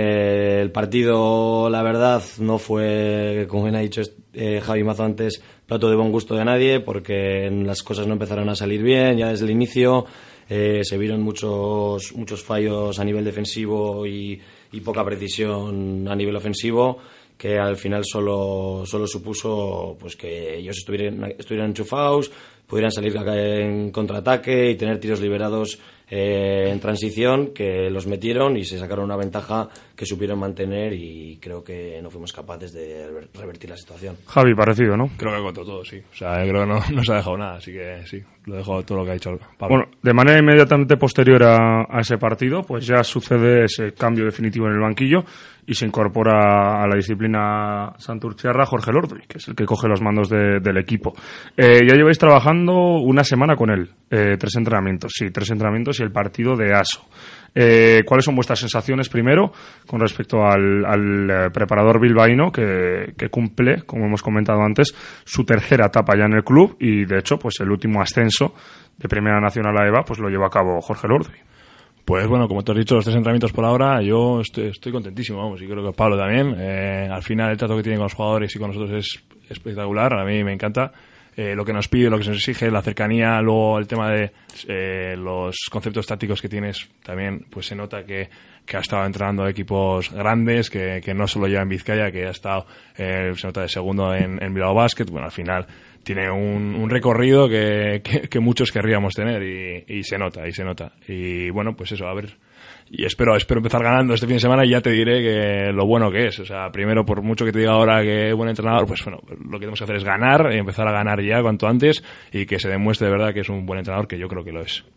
eh, el partido, la verdad, no fue, como bien ha dicho eh, Javi Mazo antes, plato de buen gusto de nadie, porque las cosas no empezaron a salir bien ya desde el inicio. Eh, se vieron muchos muchos fallos a nivel defensivo y, y poca precisión a nivel ofensivo, que al final solo, solo supuso pues que ellos estuvieran, estuvieran enchufados, pudieran salir en contraataque y tener tiros liberados eh, en transición, que los metieron y se sacaron una ventaja que supieron mantener, y creo que no fuimos capaces de revertir la situación. Javi, parecido, ¿no? Creo que contó todo, sí. O sea, creo que no, no se ha dejado nada, así que sí, lo he dejado todo lo que ha dicho Pablo. Bueno, de manera inmediatamente posterior a, a ese partido, pues ya sucede ese cambio definitivo en el banquillo y se incorpora a la disciplina santurciarra Jorge Lorduy, que es el que coge los mandos de, del equipo. Eh, ya lleváis trabajando una semana con él, eh, tres entrenamientos, sí, tres entrenamientos y el partido de ASO. Eh, ¿Cuáles son vuestras sensaciones primero con respecto al, al preparador bilbaíno que, que cumple, como hemos comentado antes, su tercera etapa ya en el club, y de hecho pues el último ascenso de Primera Nacional a EVA pues lo lleva a cabo Jorge Lorduy? Pues bueno, como te has dicho, los tres entrenamientos por ahora, yo estoy, estoy contentísimo, vamos, y creo que Pablo también. Eh, al final el trato que tiene con los jugadores y con nosotros es espectacular, a mí me encanta. Eh, lo que nos pide, lo que se nos exige, la cercanía, luego el tema de eh, los conceptos tácticos que tienes, también pues se nota que, que ha estado entrenando a equipos grandes, que, que no solo lleva en Vizcaya, que ha estado, eh, se nota de segundo en, en Bilbao Basket. Bueno, al final tiene un, un recorrido que, que, que muchos querríamos tener, y, y se nota, y se nota. Y bueno, pues eso, a ver. Y espero espero empezar ganando este fin de semana, y ya te diré que lo bueno que es. O sea, primero, por mucho que te diga ahora que es buen entrenador, pues bueno, lo que tenemos que hacer es ganar, y empezar a ganar ya cuanto antes, y que se demuestre de verdad que es un buen entrenador, que yo creo que lo es.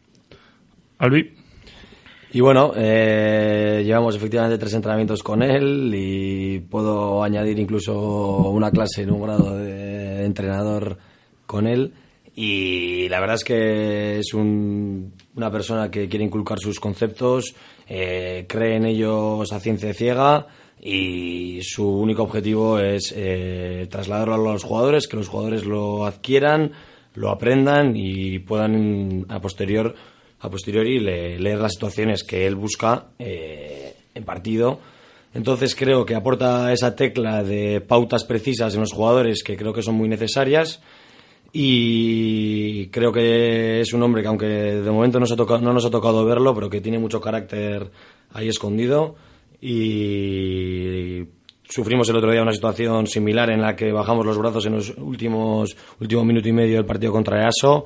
Albi. Y bueno, eh, llevamos efectivamente tres entrenamientos con él, y puedo añadir incluso una clase en un grado de entrenador con él. y la verdad es que es un, una persona que quiere inculcar sus conceptos, eh, cree en ellos a ciencia ciega y su único objetivo es eh, trasladarlo a los jugadores, que los jugadores lo adquieran, lo aprendan y puedan a posterior a posteriori le, leer las situaciones que él busca eh, en partido. Entonces creo que aporta esa tecla de pautas precisas en los jugadores que creo que son muy necesarias, y creo que es un hombre que, aunque de momento no nos ha tocado, no nos ha tocado verlo, pero que tiene mucho carácter ahí escondido. Y sufrimos el otro día una situación similar en la que bajamos los brazos en los últimos último minuto y medio del partido contra EASO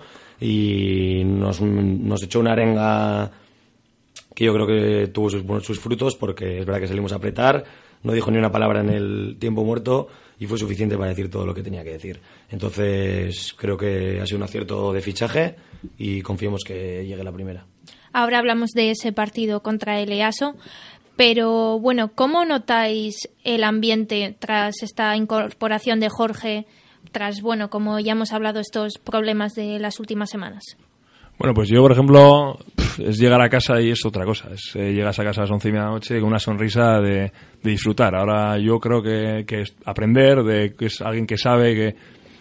y nos, nos echó una arenga que yo creo que tuvo sus, sus frutos, porque es verdad que salimos a apretar, no dijo ni una palabra en el tiempo muerto y fue suficiente para decir todo lo que tenía que decir. Entonces creo que ha sido un acierto de fichaje y confiemos que llegue la primera. Ahora hablamos de ese partido contra el EASO, pero bueno, ¿cómo notáis el ambiente tras esta incorporación de Jorge, tras, bueno, como ya hemos hablado, estos problemas de las últimas semanas? Bueno, pues yo, por ejemplo, es llegar a casa y es otra cosa. Es, eh, llegas a casa a las once y media de la noche con una sonrisa de, de disfrutar. Ahora yo creo que, que es aprender, de que es alguien que sabe, que,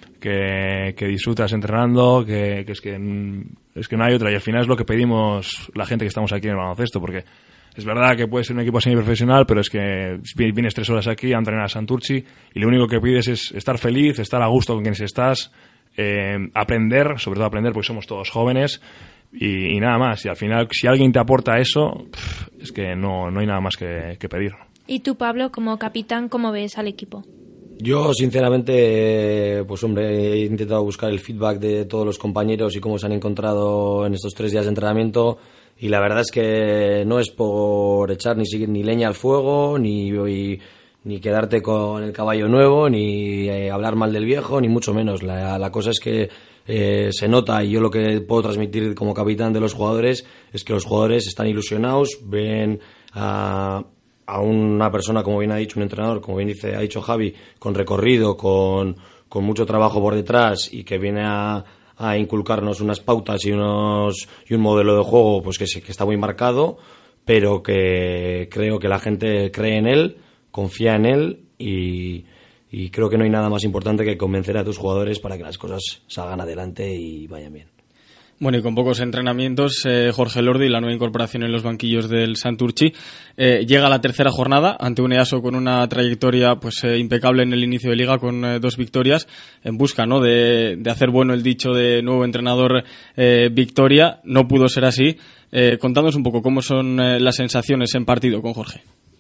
que, que disfrutas entrenando, que, que es que es que no hay otra. Y al final es lo que pedimos la gente que estamos aquí en el baloncesto, porque es verdad que puede ser un equipo semiprofesional, pero es que vienes tres horas aquí a entrenar a Santurtzi y lo único que pides es estar feliz, estar a gusto con quienes estás, eh, aprender, sobre todo aprender porque somos todos jóvenes y, y nada más. Y al final, si alguien te aporta eso, pff, es que no, no hay nada más que, que pedir. ¿Y tú, Pablo, como capitán, cómo ves al equipo? Yo, sinceramente, pues hombre, he intentado buscar el feedback de todos los compañeros y cómo se han encontrado en estos tres días de entrenamiento. Y la verdad es que no es por echar ni, ni leña al fuego, ni, ni, ni quedarte con el caballo nuevo, ni eh, hablar mal del viejo, ni mucho menos. La, la cosa es que eh, se nota, y yo lo que puedo transmitir como capitán de los jugadores es que los jugadores están ilusionados, ven a, a una persona, como bien ha dicho un entrenador, como bien dice, ha dicho Javi, con recorrido, con, con mucho trabajo por detrás y que viene a... a inculcarnos unas pautas y unos y un modelo de juego pues que, que está muy marcado, pero que creo que la gente cree en él, confía en él y, y creo que no hay nada más importante que convencer a tus jugadores para que las cosas salgan adelante y vayan bien. Bueno, y con pocos entrenamientos, eh, Jorge Lordi, la nueva incorporación en los banquillos del Santurtzi, eh, llega a la tercera jornada ante un EASO con una trayectoria pues eh, impecable en el inicio de liga, con eh, dos victorias, en busca, ¿no?, de, de hacer bueno el dicho de nuevo entrenador eh, victoria. No pudo ser así. Eh, contándonos un poco cómo son eh, las sensaciones en partido con Jorge.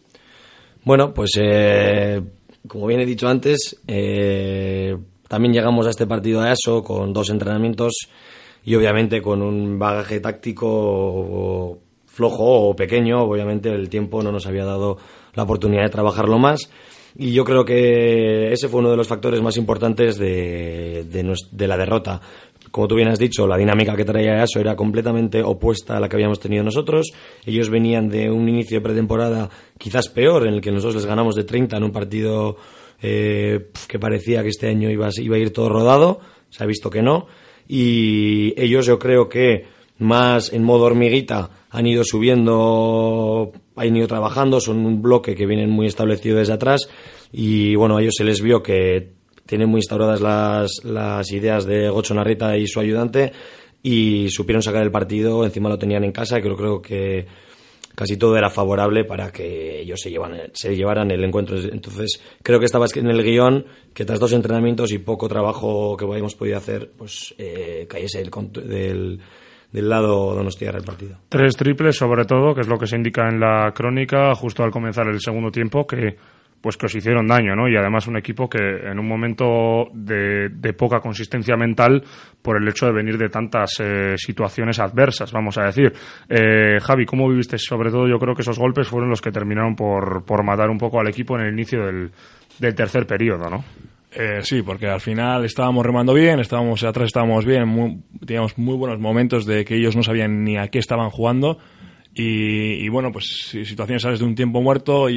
Bueno, pues eh, como bien he dicho antes, eh, también llegamos a este partido a EASO con dos entrenamientos y obviamente con un bagaje táctico flojo o pequeño. Obviamente el tiempo no nos había dado la oportunidad de trabajarlo más y yo creo que ese fue uno de los factores más importantes de, de, nos, de la derrota. Como tú bien has dicho, la dinámica que traía EASO era completamente opuesta a la que habíamos tenido nosotros. Ellos venían de un inicio de pretemporada quizás peor, en el que nosotros les ganamos de treinta en un partido eh, que parecía que este año iba, iba a ir todo rodado. Se ha visto que no. Y ellos, yo creo que más en modo hormiguita, han ido subiendo, han ido trabajando, son un bloque que vienen muy establecido desde atrás y bueno, a ellos se les vio que tienen muy instauradas las, las ideas de Gocho Narrita y su ayudante y supieron sacar el partido. Encima lo tenían en casa y creo, creo que casi todo era favorable para que ellos se, llevan, se llevaran el encuentro. Entonces creo que estaba en el guión que tras dos entrenamientos y poco trabajo que habíamos podido hacer, pues eh, cayese el, del, del lado donostiarra el partido. Tres triples sobre todo, que es lo que se indica en la crónica justo al comenzar el segundo tiempo, que pues que os hicieron daño, ¿no? Y además un equipo que en un momento de, de poca consistencia mental por el hecho de venir de tantas eh, situaciones adversas, vamos a decir. Eh, Javi, ¿cómo viviste? Sobre todo yo creo que esos golpes fueron los que terminaron por, por matar un poco al equipo en el inicio del, del tercer periodo, ¿no? Eh, sí, porque al final estábamos remando bien, estábamos atrás, estábamos bien, muy, teníamos muy buenos momentos de que ellos no sabían ni a qué estaban jugando y, y bueno, pues situaciones, ¿sabes?, de un tiempo muerto, ellos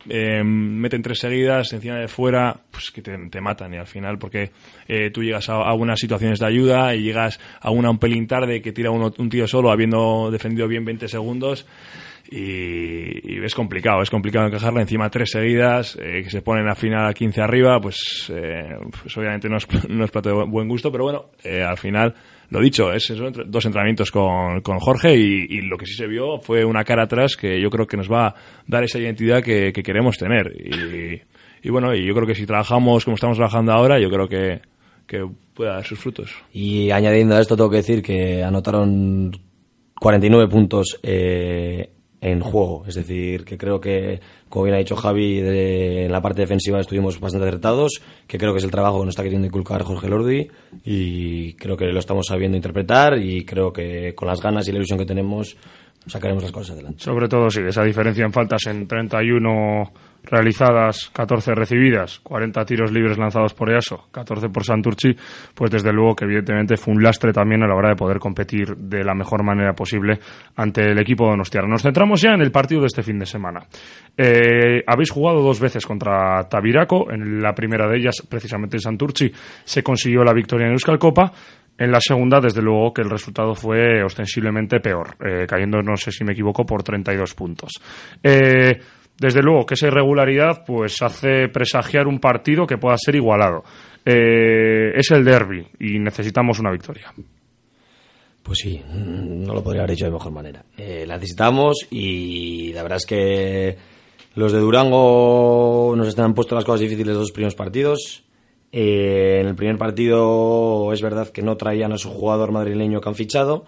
eh, meten tres seguidas encima de fuera, pues que te, te matan, y al final, porque eh, tú llegas a, a unas situaciones de ayuda y llegas a una un pelín tarde, que tira uno, un tío solo habiendo defendido bien veinte segundos, y, y es complicado, es complicado encajarla encima tres seguidas, eh, que se ponen al final a quince arriba, pues, eh, pues obviamente no es, no es plato de buen gusto, pero bueno, eh, al final, lo dicho, es eso, dos entrenamientos con, con Jorge, y, y lo que sí se vio fue una cara atrás que yo creo que nos va a dar esa identidad que, que queremos tener, y, y bueno, y yo creo que si trabajamos como estamos trabajando ahora, yo creo que, que puede dar sus frutos. Y añadiendo a esto, tengo que decir que anotaron cuarenta y nueve puntos eh, en juego, es decir, que creo que, como bien ha dicho Javi, de, en la parte defensiva estuvimos bastante acertados, que creo que es el trabajo que nos está queriendo inculcar Jorge Lordi, y creo que lo estamos sabiendo interpretar, y creo que con las ganas y la ilusión que tenemos sacaremos las cosas adelante. Sobre todo, sí, esa diferencia en faltas en treinta y uno realizadas, catorce recibidas, cuarenta tiros libres lanzados por EASO, catorce por Santurtzi, pues desde luego que evidentemente fue un lastre también a la hora de poder competir de la mejor manera posible ante el equipo donostiarra. Nos centramos ya en el partido de este fin de semana. Eh, habéis jugado dos veces contra Tabiraco, en la primera de ellas, precisamente en Santurtzi, se consiguió la victoria en Euskal Copa. En la segunda, desde luego, que el resultado fue ostensiblemente peor, eh, cayendo, no sé si me equivoco, por treinta y dos puntos. Eh, desde luego que esa irregularidad pues hace presagiar un partido que pueda ser igualado. Eh, es el derbi y necesitamos una victoria. Pues sí, no lo podría haber dicho de mejor manera. Eh, la necesitamos, y la verdad es que los de Durango nos están puesto las cosas difíciles los dos primeros partidos. Eh, en el primer partido es verdad que no traían a su jugador madrileño que han fichado,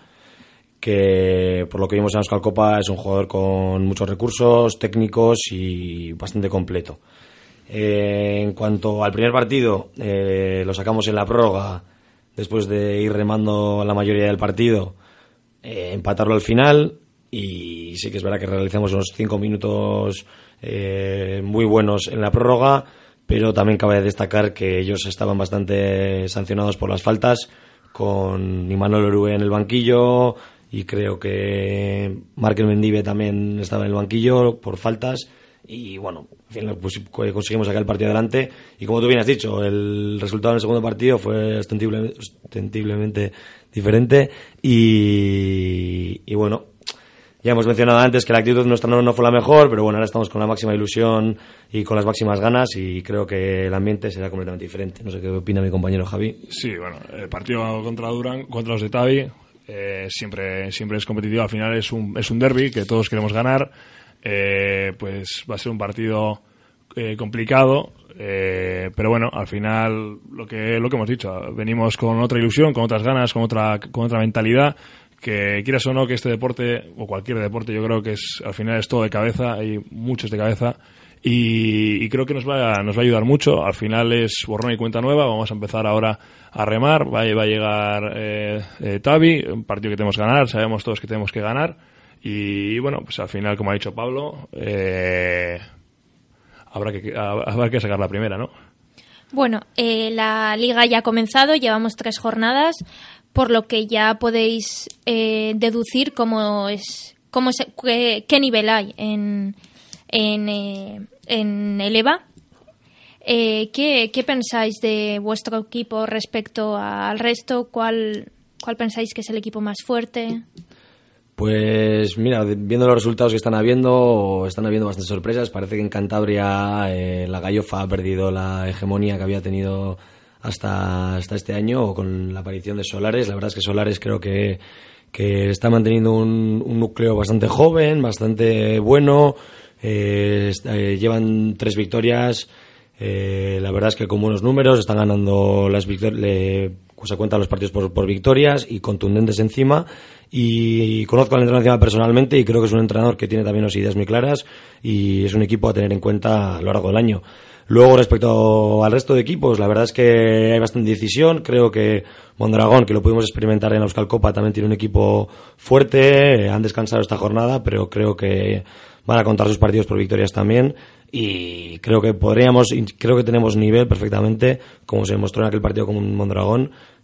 que por lo que vimos en Euskal Copa es un jugador con muchos recursos técnicos y bastante completo. Eh, en cuanto al primer partido, eh, lo sacamos en la prórroga después de ir remando la mayoría del partido, eh, empatarlo al final, y sí que es verdad que realizamos unos cinco minutos eh, muy buenos en la prórroga, pero también cabe destacar que ellos estaban bastante sancionados por las faltas, con Imanol Orue en el banquillo, y creo que Markel Mendive también estaba en el banquillo por faltas, y bueno, al final pues, conseguimos sacar el partido adelante, y como tú bien has dicho, el resultado en el segundo partido fue ostentiblemente, ostentiblemente diferente, y, y bueno, ya hemos mencionado antes que la actitud nuestra no, no fue la mejor, pero bueno, ahora estamos con la máxima ilusión y con las máximas ganas, y creo que el ambiente será completamente diferente. No sé qué opina mi compañero Javi. Sí, bueno, el partido contra Durán, contra los de Tavi, eh, siempre, siempre es competitivo. Al final es un, es un derbi que todos queremos ganar. Eh, pues va a ser un partido eh, complicado, eh, pero bueno, al final lo que, lo que hemos dicho, venimos con otra ilusión, con otras ganas, con otra, con otra mentalidad. Que quieras o no, que este deporte, o cualquier deporte, yo creo que es al final es todo de cabeza, hay muchos de cabeza, y, y creo que nos va, a, nos va a ayudar mucho. Al final es borrón y cuenta nueva, vamos a empezar ahora a remar, va, va a llegar eh, eh, Tavi, un partido que tenemos que ganar, sabemos todos que tenemos que ganar, y, y bueno, pues al final, como ha dicho Pablo, eh, habrá, que, habrá que sacar la primera, ¿no? Bueno, eh, la liga ya ha comenzado, llevamos tres jornadas, por lo que ya podéis eh, deducir cómo es, cómo es, qué, qué nivel hay en, en, eh, en el EVA. Eh, ¿qué, ¿Qué pensáis de vuestro equipo respecto al resto? ¿Cuál, cuál pensáis que es el equipo más fuerte? Pues mira, viendo los resultados que están habiendo, están habiendo bastantes sorpresas. Parece que en Cantabria eh, la Gallofa ha perdido la hegemonía que había tenido hasta, hasta este año con la aparición de Solares. La verdad es que Solares creo que, que está manteniendo un, un núcleo bastante joven, bastante bueno. Eh, eh, llevan tres victorias. Eh, la verdad es que con buenos números están ganando las victorias. Se cuentan los partidos por, por victorias y contundentes encima, y conozco al entrenador encima personalmente y creo que es un entrenador que tiene también unas ideas muy claras y es un equipo a tener en cuenta a lo largo del año. Luego, respecto al resto de equipos, la verdad es que hay bastante decisión. Creo que Mondragón, que lo pudimos experimentar en la Euskal Copa, también tiene un equipo fuerte, han descansado esta jornada, pero creo que van a contar sus partidos por victorias también, y creo que podríamos, creo que tenemos nivel perfectamente, como se demostró en aquel partido con Mondragón,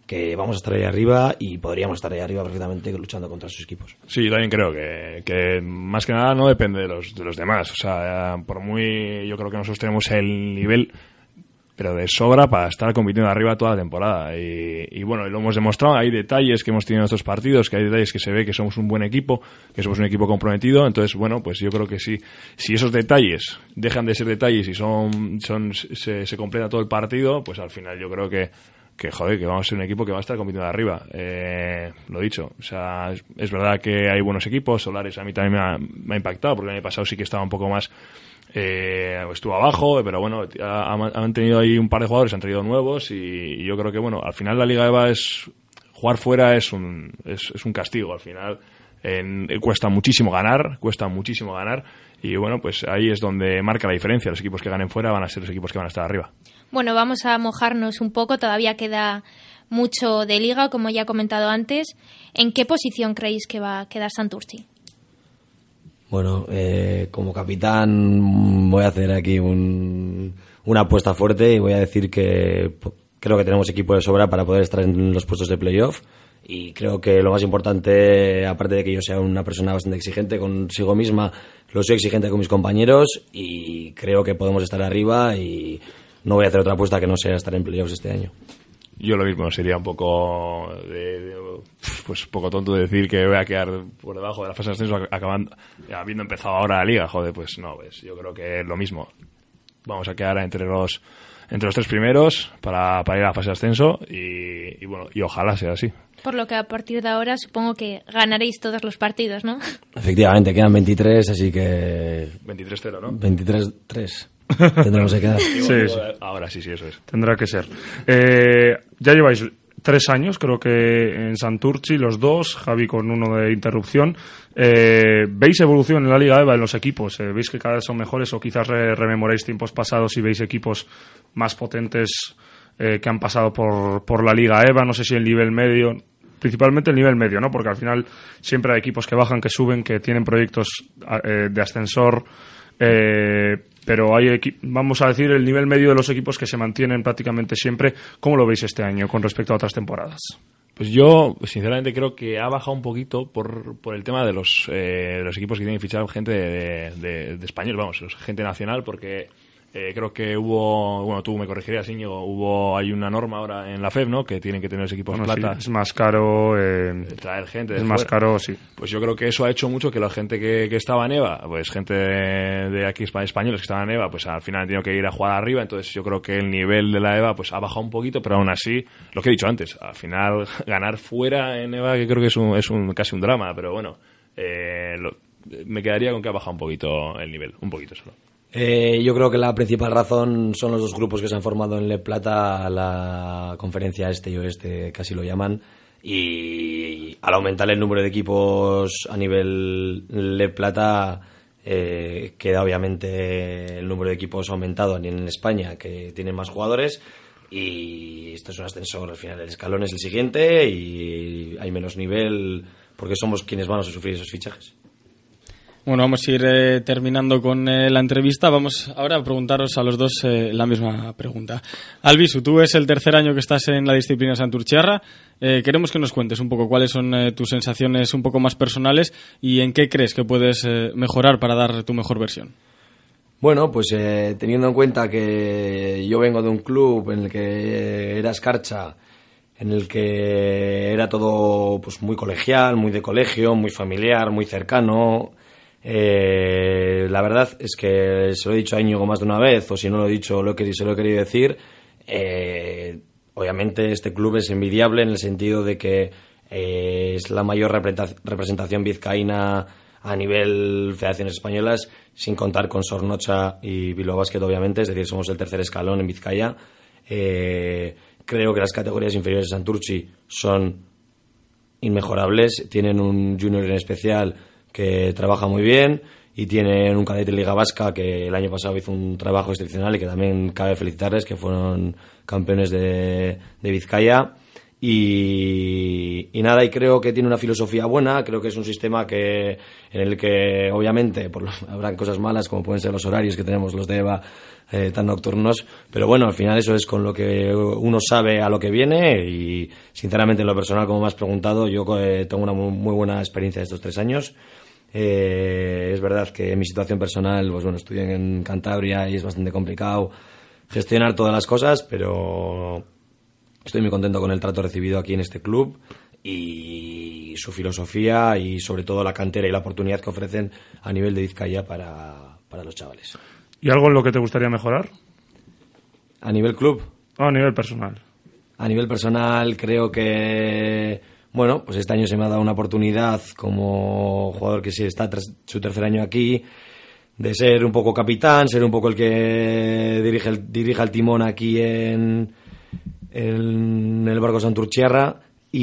que vamos a estar ahí arriba y podríamos estar ahí arriba perfectamente luchando contra sus equipos. Sí, yo también creo que, que más que nada no depende de los, de los demás. O sea, por muy... Yo creo que nosotros tenemos el nivel, pero de sobra para estar compitiendo arriba toda la temporada. Y, y bueno, lo hemos demostrado. Hay detalles que hemos tenido en estos partidos, que hay detalles que se ve que somos un buen equipo, que somos un equipo comprometido. Entonces, bueno, pues yo creo que sí. Si esos detalles dejan de ser detalles y son, son se, se completa todo el partido, pues al final yo creo que que joder, que vamos a ser un equipo que va a estar compitiendo de arriba. Eh, lo dicho, o sea, es, es verdad que hay buenos equipos. Solares a mí también me ha, me ha impactado, porque el año pasado sí que estaba un poco más, eh, estuvo abajo, pero bueno, ha, han tenido ahí un par de jugadores, han traído nuevos, y, y yo creo que bueno, al final la Liga EVA es, jugar fuera es un, es, es un castigo, al final. En, cuesta muchísimo ganar, cuesta muchísimo ganar, y bueno, pues ahí es donde marca la diferencia. Los equipos que ganen fuera van a ser los equipos que van a estar arriba. Bueno, vamos a mojarnos un poco, todavía queda mucho de liga, como ya he comentado antes. ¿En qué posición creéis que va a quedar Santurtzi? Bueno, eh, como capitán voy a hacer aquí un, una apuesta fuerte y voy a decir que creo que tenemos equipo de sobra para poder estar en los puestos de playoff. Y creo que lo más importante, aparte de que yo sea una persona bastante exigente consigo misma, lo soy exigente con mis compañeros y creo que podemos estar arriba y no voy a hacer otra apuesta que no sea estar en playoffs este año. Yo lo mismo, sería un poco de, de, pues poco tonto decir que voy a quedar por debajo de la fase de ascenso acabando, habiendo empezado ahora la liga. Joder, pues no, pues yo creo que es lo mismo. Vamos a quedar entre los entre los tres primeros para, para ir a la fase de ascenso y, y bueno, y ojalá sea así. Por lo que a partir de ahora supongo que ganaréis todos los partidos, ¿no? Efectivamente, quedan veintitrés, así que... veintitrés cero, ¿no? veintitrés tres. Tendremos que quedar. Sí, sí. Ahora sí, sí, eso es. Tendrá que ser. Eh, ya lleváis tres años, creo que en Santurtzi, los dos, Javi con uno de interrupción. Eh, ¿Veis evolución en la Liga EVA en los equipos? Eh, ¿Veis que cada vez son mejores o quizás re- rememoráis tiempos pasados y veis equipos más potentes eh, que han pasado por, por la Liga EVA? No sé si el nivel medio, principalmente el nivel medio, ¿no? Porque al final siempre hay equipos que bajan, que suben, que tienen proyectos eh, de ascensor, eh, pero hay equi- vamos a decir el nivel medio de los equipos que se mantienen prácticamente siempre. ¿Cómo lo veis este año con respecto a otras temporadas? Pues yo, sinceramente, creo que ha bajado un poquito por, por el tema de los, eh, de los equipos que tienen que fichar gente de, de, de español, vamos, gente nacional, porque eh, creo que hubo, bueno, tú me corregirías, Íñigo, hubo, hay una norma ahora en la F E B, ¿no?, que tienen que tener los equipos Bueno, plata. sí, es más caro eh, traer gente. Es de más fuera. caro, sí. Pues yo creo que eso ha hecho mucho que la gente que, que estaba en EVA, pues gente de, de aquí españoles que estaban en EVA, pues al final han tenido que ir a jugar arriba. Entonces yo creo que el nivel de la EVA pues ha bajado un poquito, pero aún así, lo que he dicho antes, al final ganar fuera en EVA, que creo que es un, es un casi un drama, pero bueno, eh, lo, me quedaría con que ha bajado un poquito el nivel, un poquito solo. Eh, yo creo que la principal razón son los dos grupos que se han formado en Le Plata, la conferencia este y oeste, casi lo llaman, y al aumentar el número de equipos a nivel Le Plata, eh, queda obviamente el número de equipos aumentado en España, que tienen más jugadores, y esto es un ascensor. Al final el escalón es el siguiente y hay menos nivel porque somos quienes vamos a sufrir esos fichajes. Bueno, vamos a ir eh, terminando con eh, la entrevista. Vamos ahora a preguntaros a los dos eh, la misma pregunta. Albisu, tú es el tercer año que estás en la disciplina santurchiarra. Eh, queremos que nos cuentes un poco cuáles son eh, tus sensaciones un poco más personales y en qué crees que puedes eh, mejorar para dar tu mejor versión. Bueno, pues eh, teniendo en cuenta que yo vengo de un club en el que era escarcha, en el que era todo pues muy colegial, muy de colegio, muy familiar, muy cercano. Eh, la verdad es que se lo he dicho a Íñigo más de una vez, o si no lo he dicho, lo he querido, se lo he querido decir. Eh, obviamente este club es envidiable en el sentido de que eh, es la mayor representación vizcaína a nivel federaciones españolas, sin contar con Sornocha y Bilbao Basket, obviamente, es decir, somos el tercer escalón en Vizcaya. Eh, creo que las categorías inferiores de Santurtzi son inmejorables, tienen un junior en especial que trabaja muy bien y tienen un cadete de Liga Vasca que el año pasado hizo un trabajo excepcional y que también cabe felicitarles, que fueron campeones de, de Vizcaya. Y, y nada, y creo que tiene una filosofía buena, creo que es un sistema que en el que obviamente por lo, habrá cosas malas como pueden ser los horarios que tenemos los de EVA eh, tan nocturnos, pero bueno, al final eso es con lo que uno sabe a lo que viene y sinceramente en lo personal, como me has preguntado, yo eh, tengo una muy, muy buena experiencia de estos tres años. Eh, es verdad que en mi situación personal, pues bueno, estudié en Cantabria y es bastante complicado gestionar todas las cosas, pero estoy muy contento con el trato recibido aquí en este club y su filosofía y sobre todo la cantera y la oportunidad que ofrecen a nivel de Vizcaya para, para los chavales. ¿Y algo en lo que te gustaría mejorar? ¿A nivel club? O a nivel personal. A nivel personal creo que, bueno, pues este año se me ha dado una oportunidad como jugador que sí está tras su tercer año aquí, de ser un poco capitán, ser un poco el que dirige el, dirija el timón aquí en... en el barco Santurtzi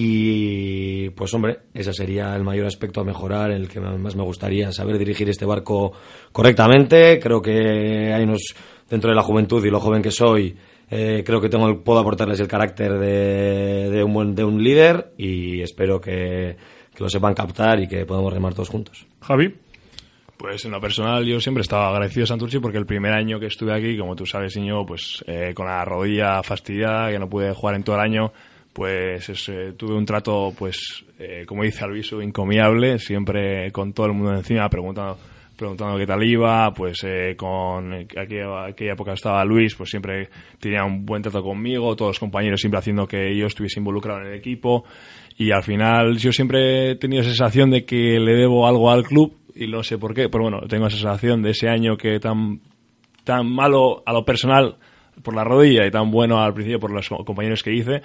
y pues hombre, ese sería el mayor aspecto a mejorar, el que más me gustaría, saber dirigir este barco correctamente. Creo que hay unos, dentro de la juventud y lo joven que soy, eh, creo que tengo, puedo aportarles el carácter de, de, un buen, de un líder y espero que, que lo sepan captar y que podamos remar todos juntos. Javi. Pues en lo personal yo siempre estaba agradecido a Santurtzi porque el primer año que estuve aquí, como tú sabes, niño, pues eh, con la rodilla fastidiada, que no pude jugar en todo el año, pues es, eh, tuve un trato, pues eh, como dice Albisu, encomiable, siempre con todo el mundo encima, preguntando preguntando qué tal iba, pues eh, con aquella, aquella época estaba Luis, pues siempre tenía un buen trato conmigo, todos los compañeros siempre haciendo que yo estuviese involucrado en el equipo y al final yo siempre he tenido esa sensación de que le debo algo al club y no sé por qué, pero bueno, tengo esa sensación de ese año que tan tan malo a lo personal por la rodilla y tan bueno al principio por los compañeros que hice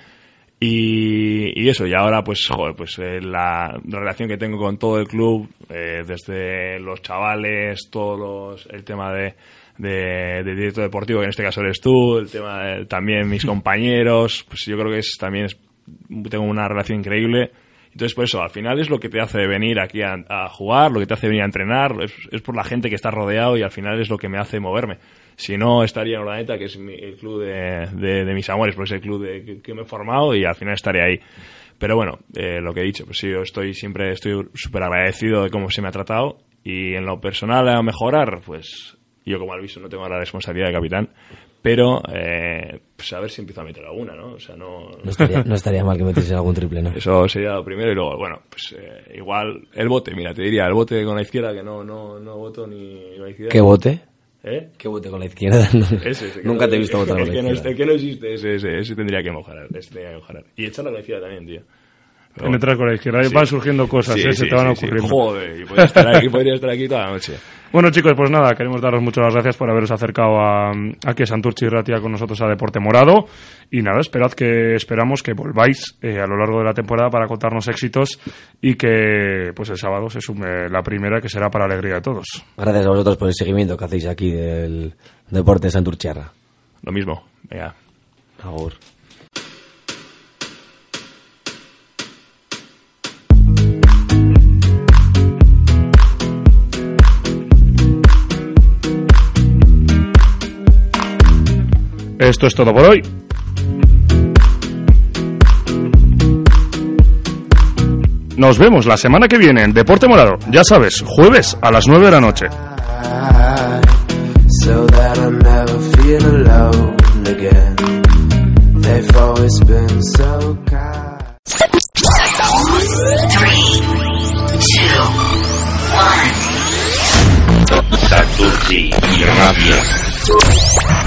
y, y eso, y ahora pues joder, pues eh, la, la relación que tengo con todo el club, eh, desde los chavales, todos los, el tema de, de, de director deportivo, que en este caso eres tú, el tema de, también mis compañeros, pues yo creo que es también es, tengo una relación increíble. Entonces, por eso, al final es lo que te hace venir aquí a, a jugar, lo que te hace venir a entrenar, es, es por la gente que está rodeado y al final es lo que me hace moverme. Si no, estaría en Urdaneta, que es mi, el club de, de, de mis amores, porque es el club de, que, que me he formado y al final estaré ahí. Pero bueno, eh, lo que he dicho, pues sí, yo estoy siempre estoy súper agradecido de cómo se me ha tratado y en lo personal a mejorar, pues yo como Albisu no tengo la responsabilidad de capitán, pero eh, pues a ver si empiezo a meter alguna, ¿no? O sea, no... No estaría, no estaría mal que metiese algún triple, ¿no? Eso sería lo primero y luego, bueno, pues eh, igual el bote, mira, te diría, el bote con la izquierda, que no no no voto ni con la izquierda. ¿Qué bote? ¿Eh? ¿Qué bote con la izquierda? Ese, ese, Nunca no, te he visto votar con la que izquierda. No, el que no existe, ese, ese, ese tendría que mejorar, ese tendría que mejorar. Y echarla con la izquierda también, tío. Pero penetrar con la izquierda, ahí sí. Van surgiendo cosas, sí, ¿eh? Sí, se te van sí, ocurriendo. Sí. Joder, y podría estar aquí, podría estar aquí toda la noche. Bueno, chicos, pues nada, queremos daros muchas gracias por haberos acercado a, aquí a Santurtzi Ratia con nosotros a Deporte Morado. Y nada, esperad que esperamos que volváis eh, a lo largo de la temporada para contarnos éxitos y que pues el sábado se sume la primera, que será para alegría de todos. Gracias a vosotros por el seguimiento que hacéis aquí del Deporte Santurtzi. Lo mismo, venga. Agur. Esto es todo por hoy. Nos vemos la semana que viene en Deporte Morado. Ya sabes, jueves a las nueve de la noche. Santurtzi y Ratia.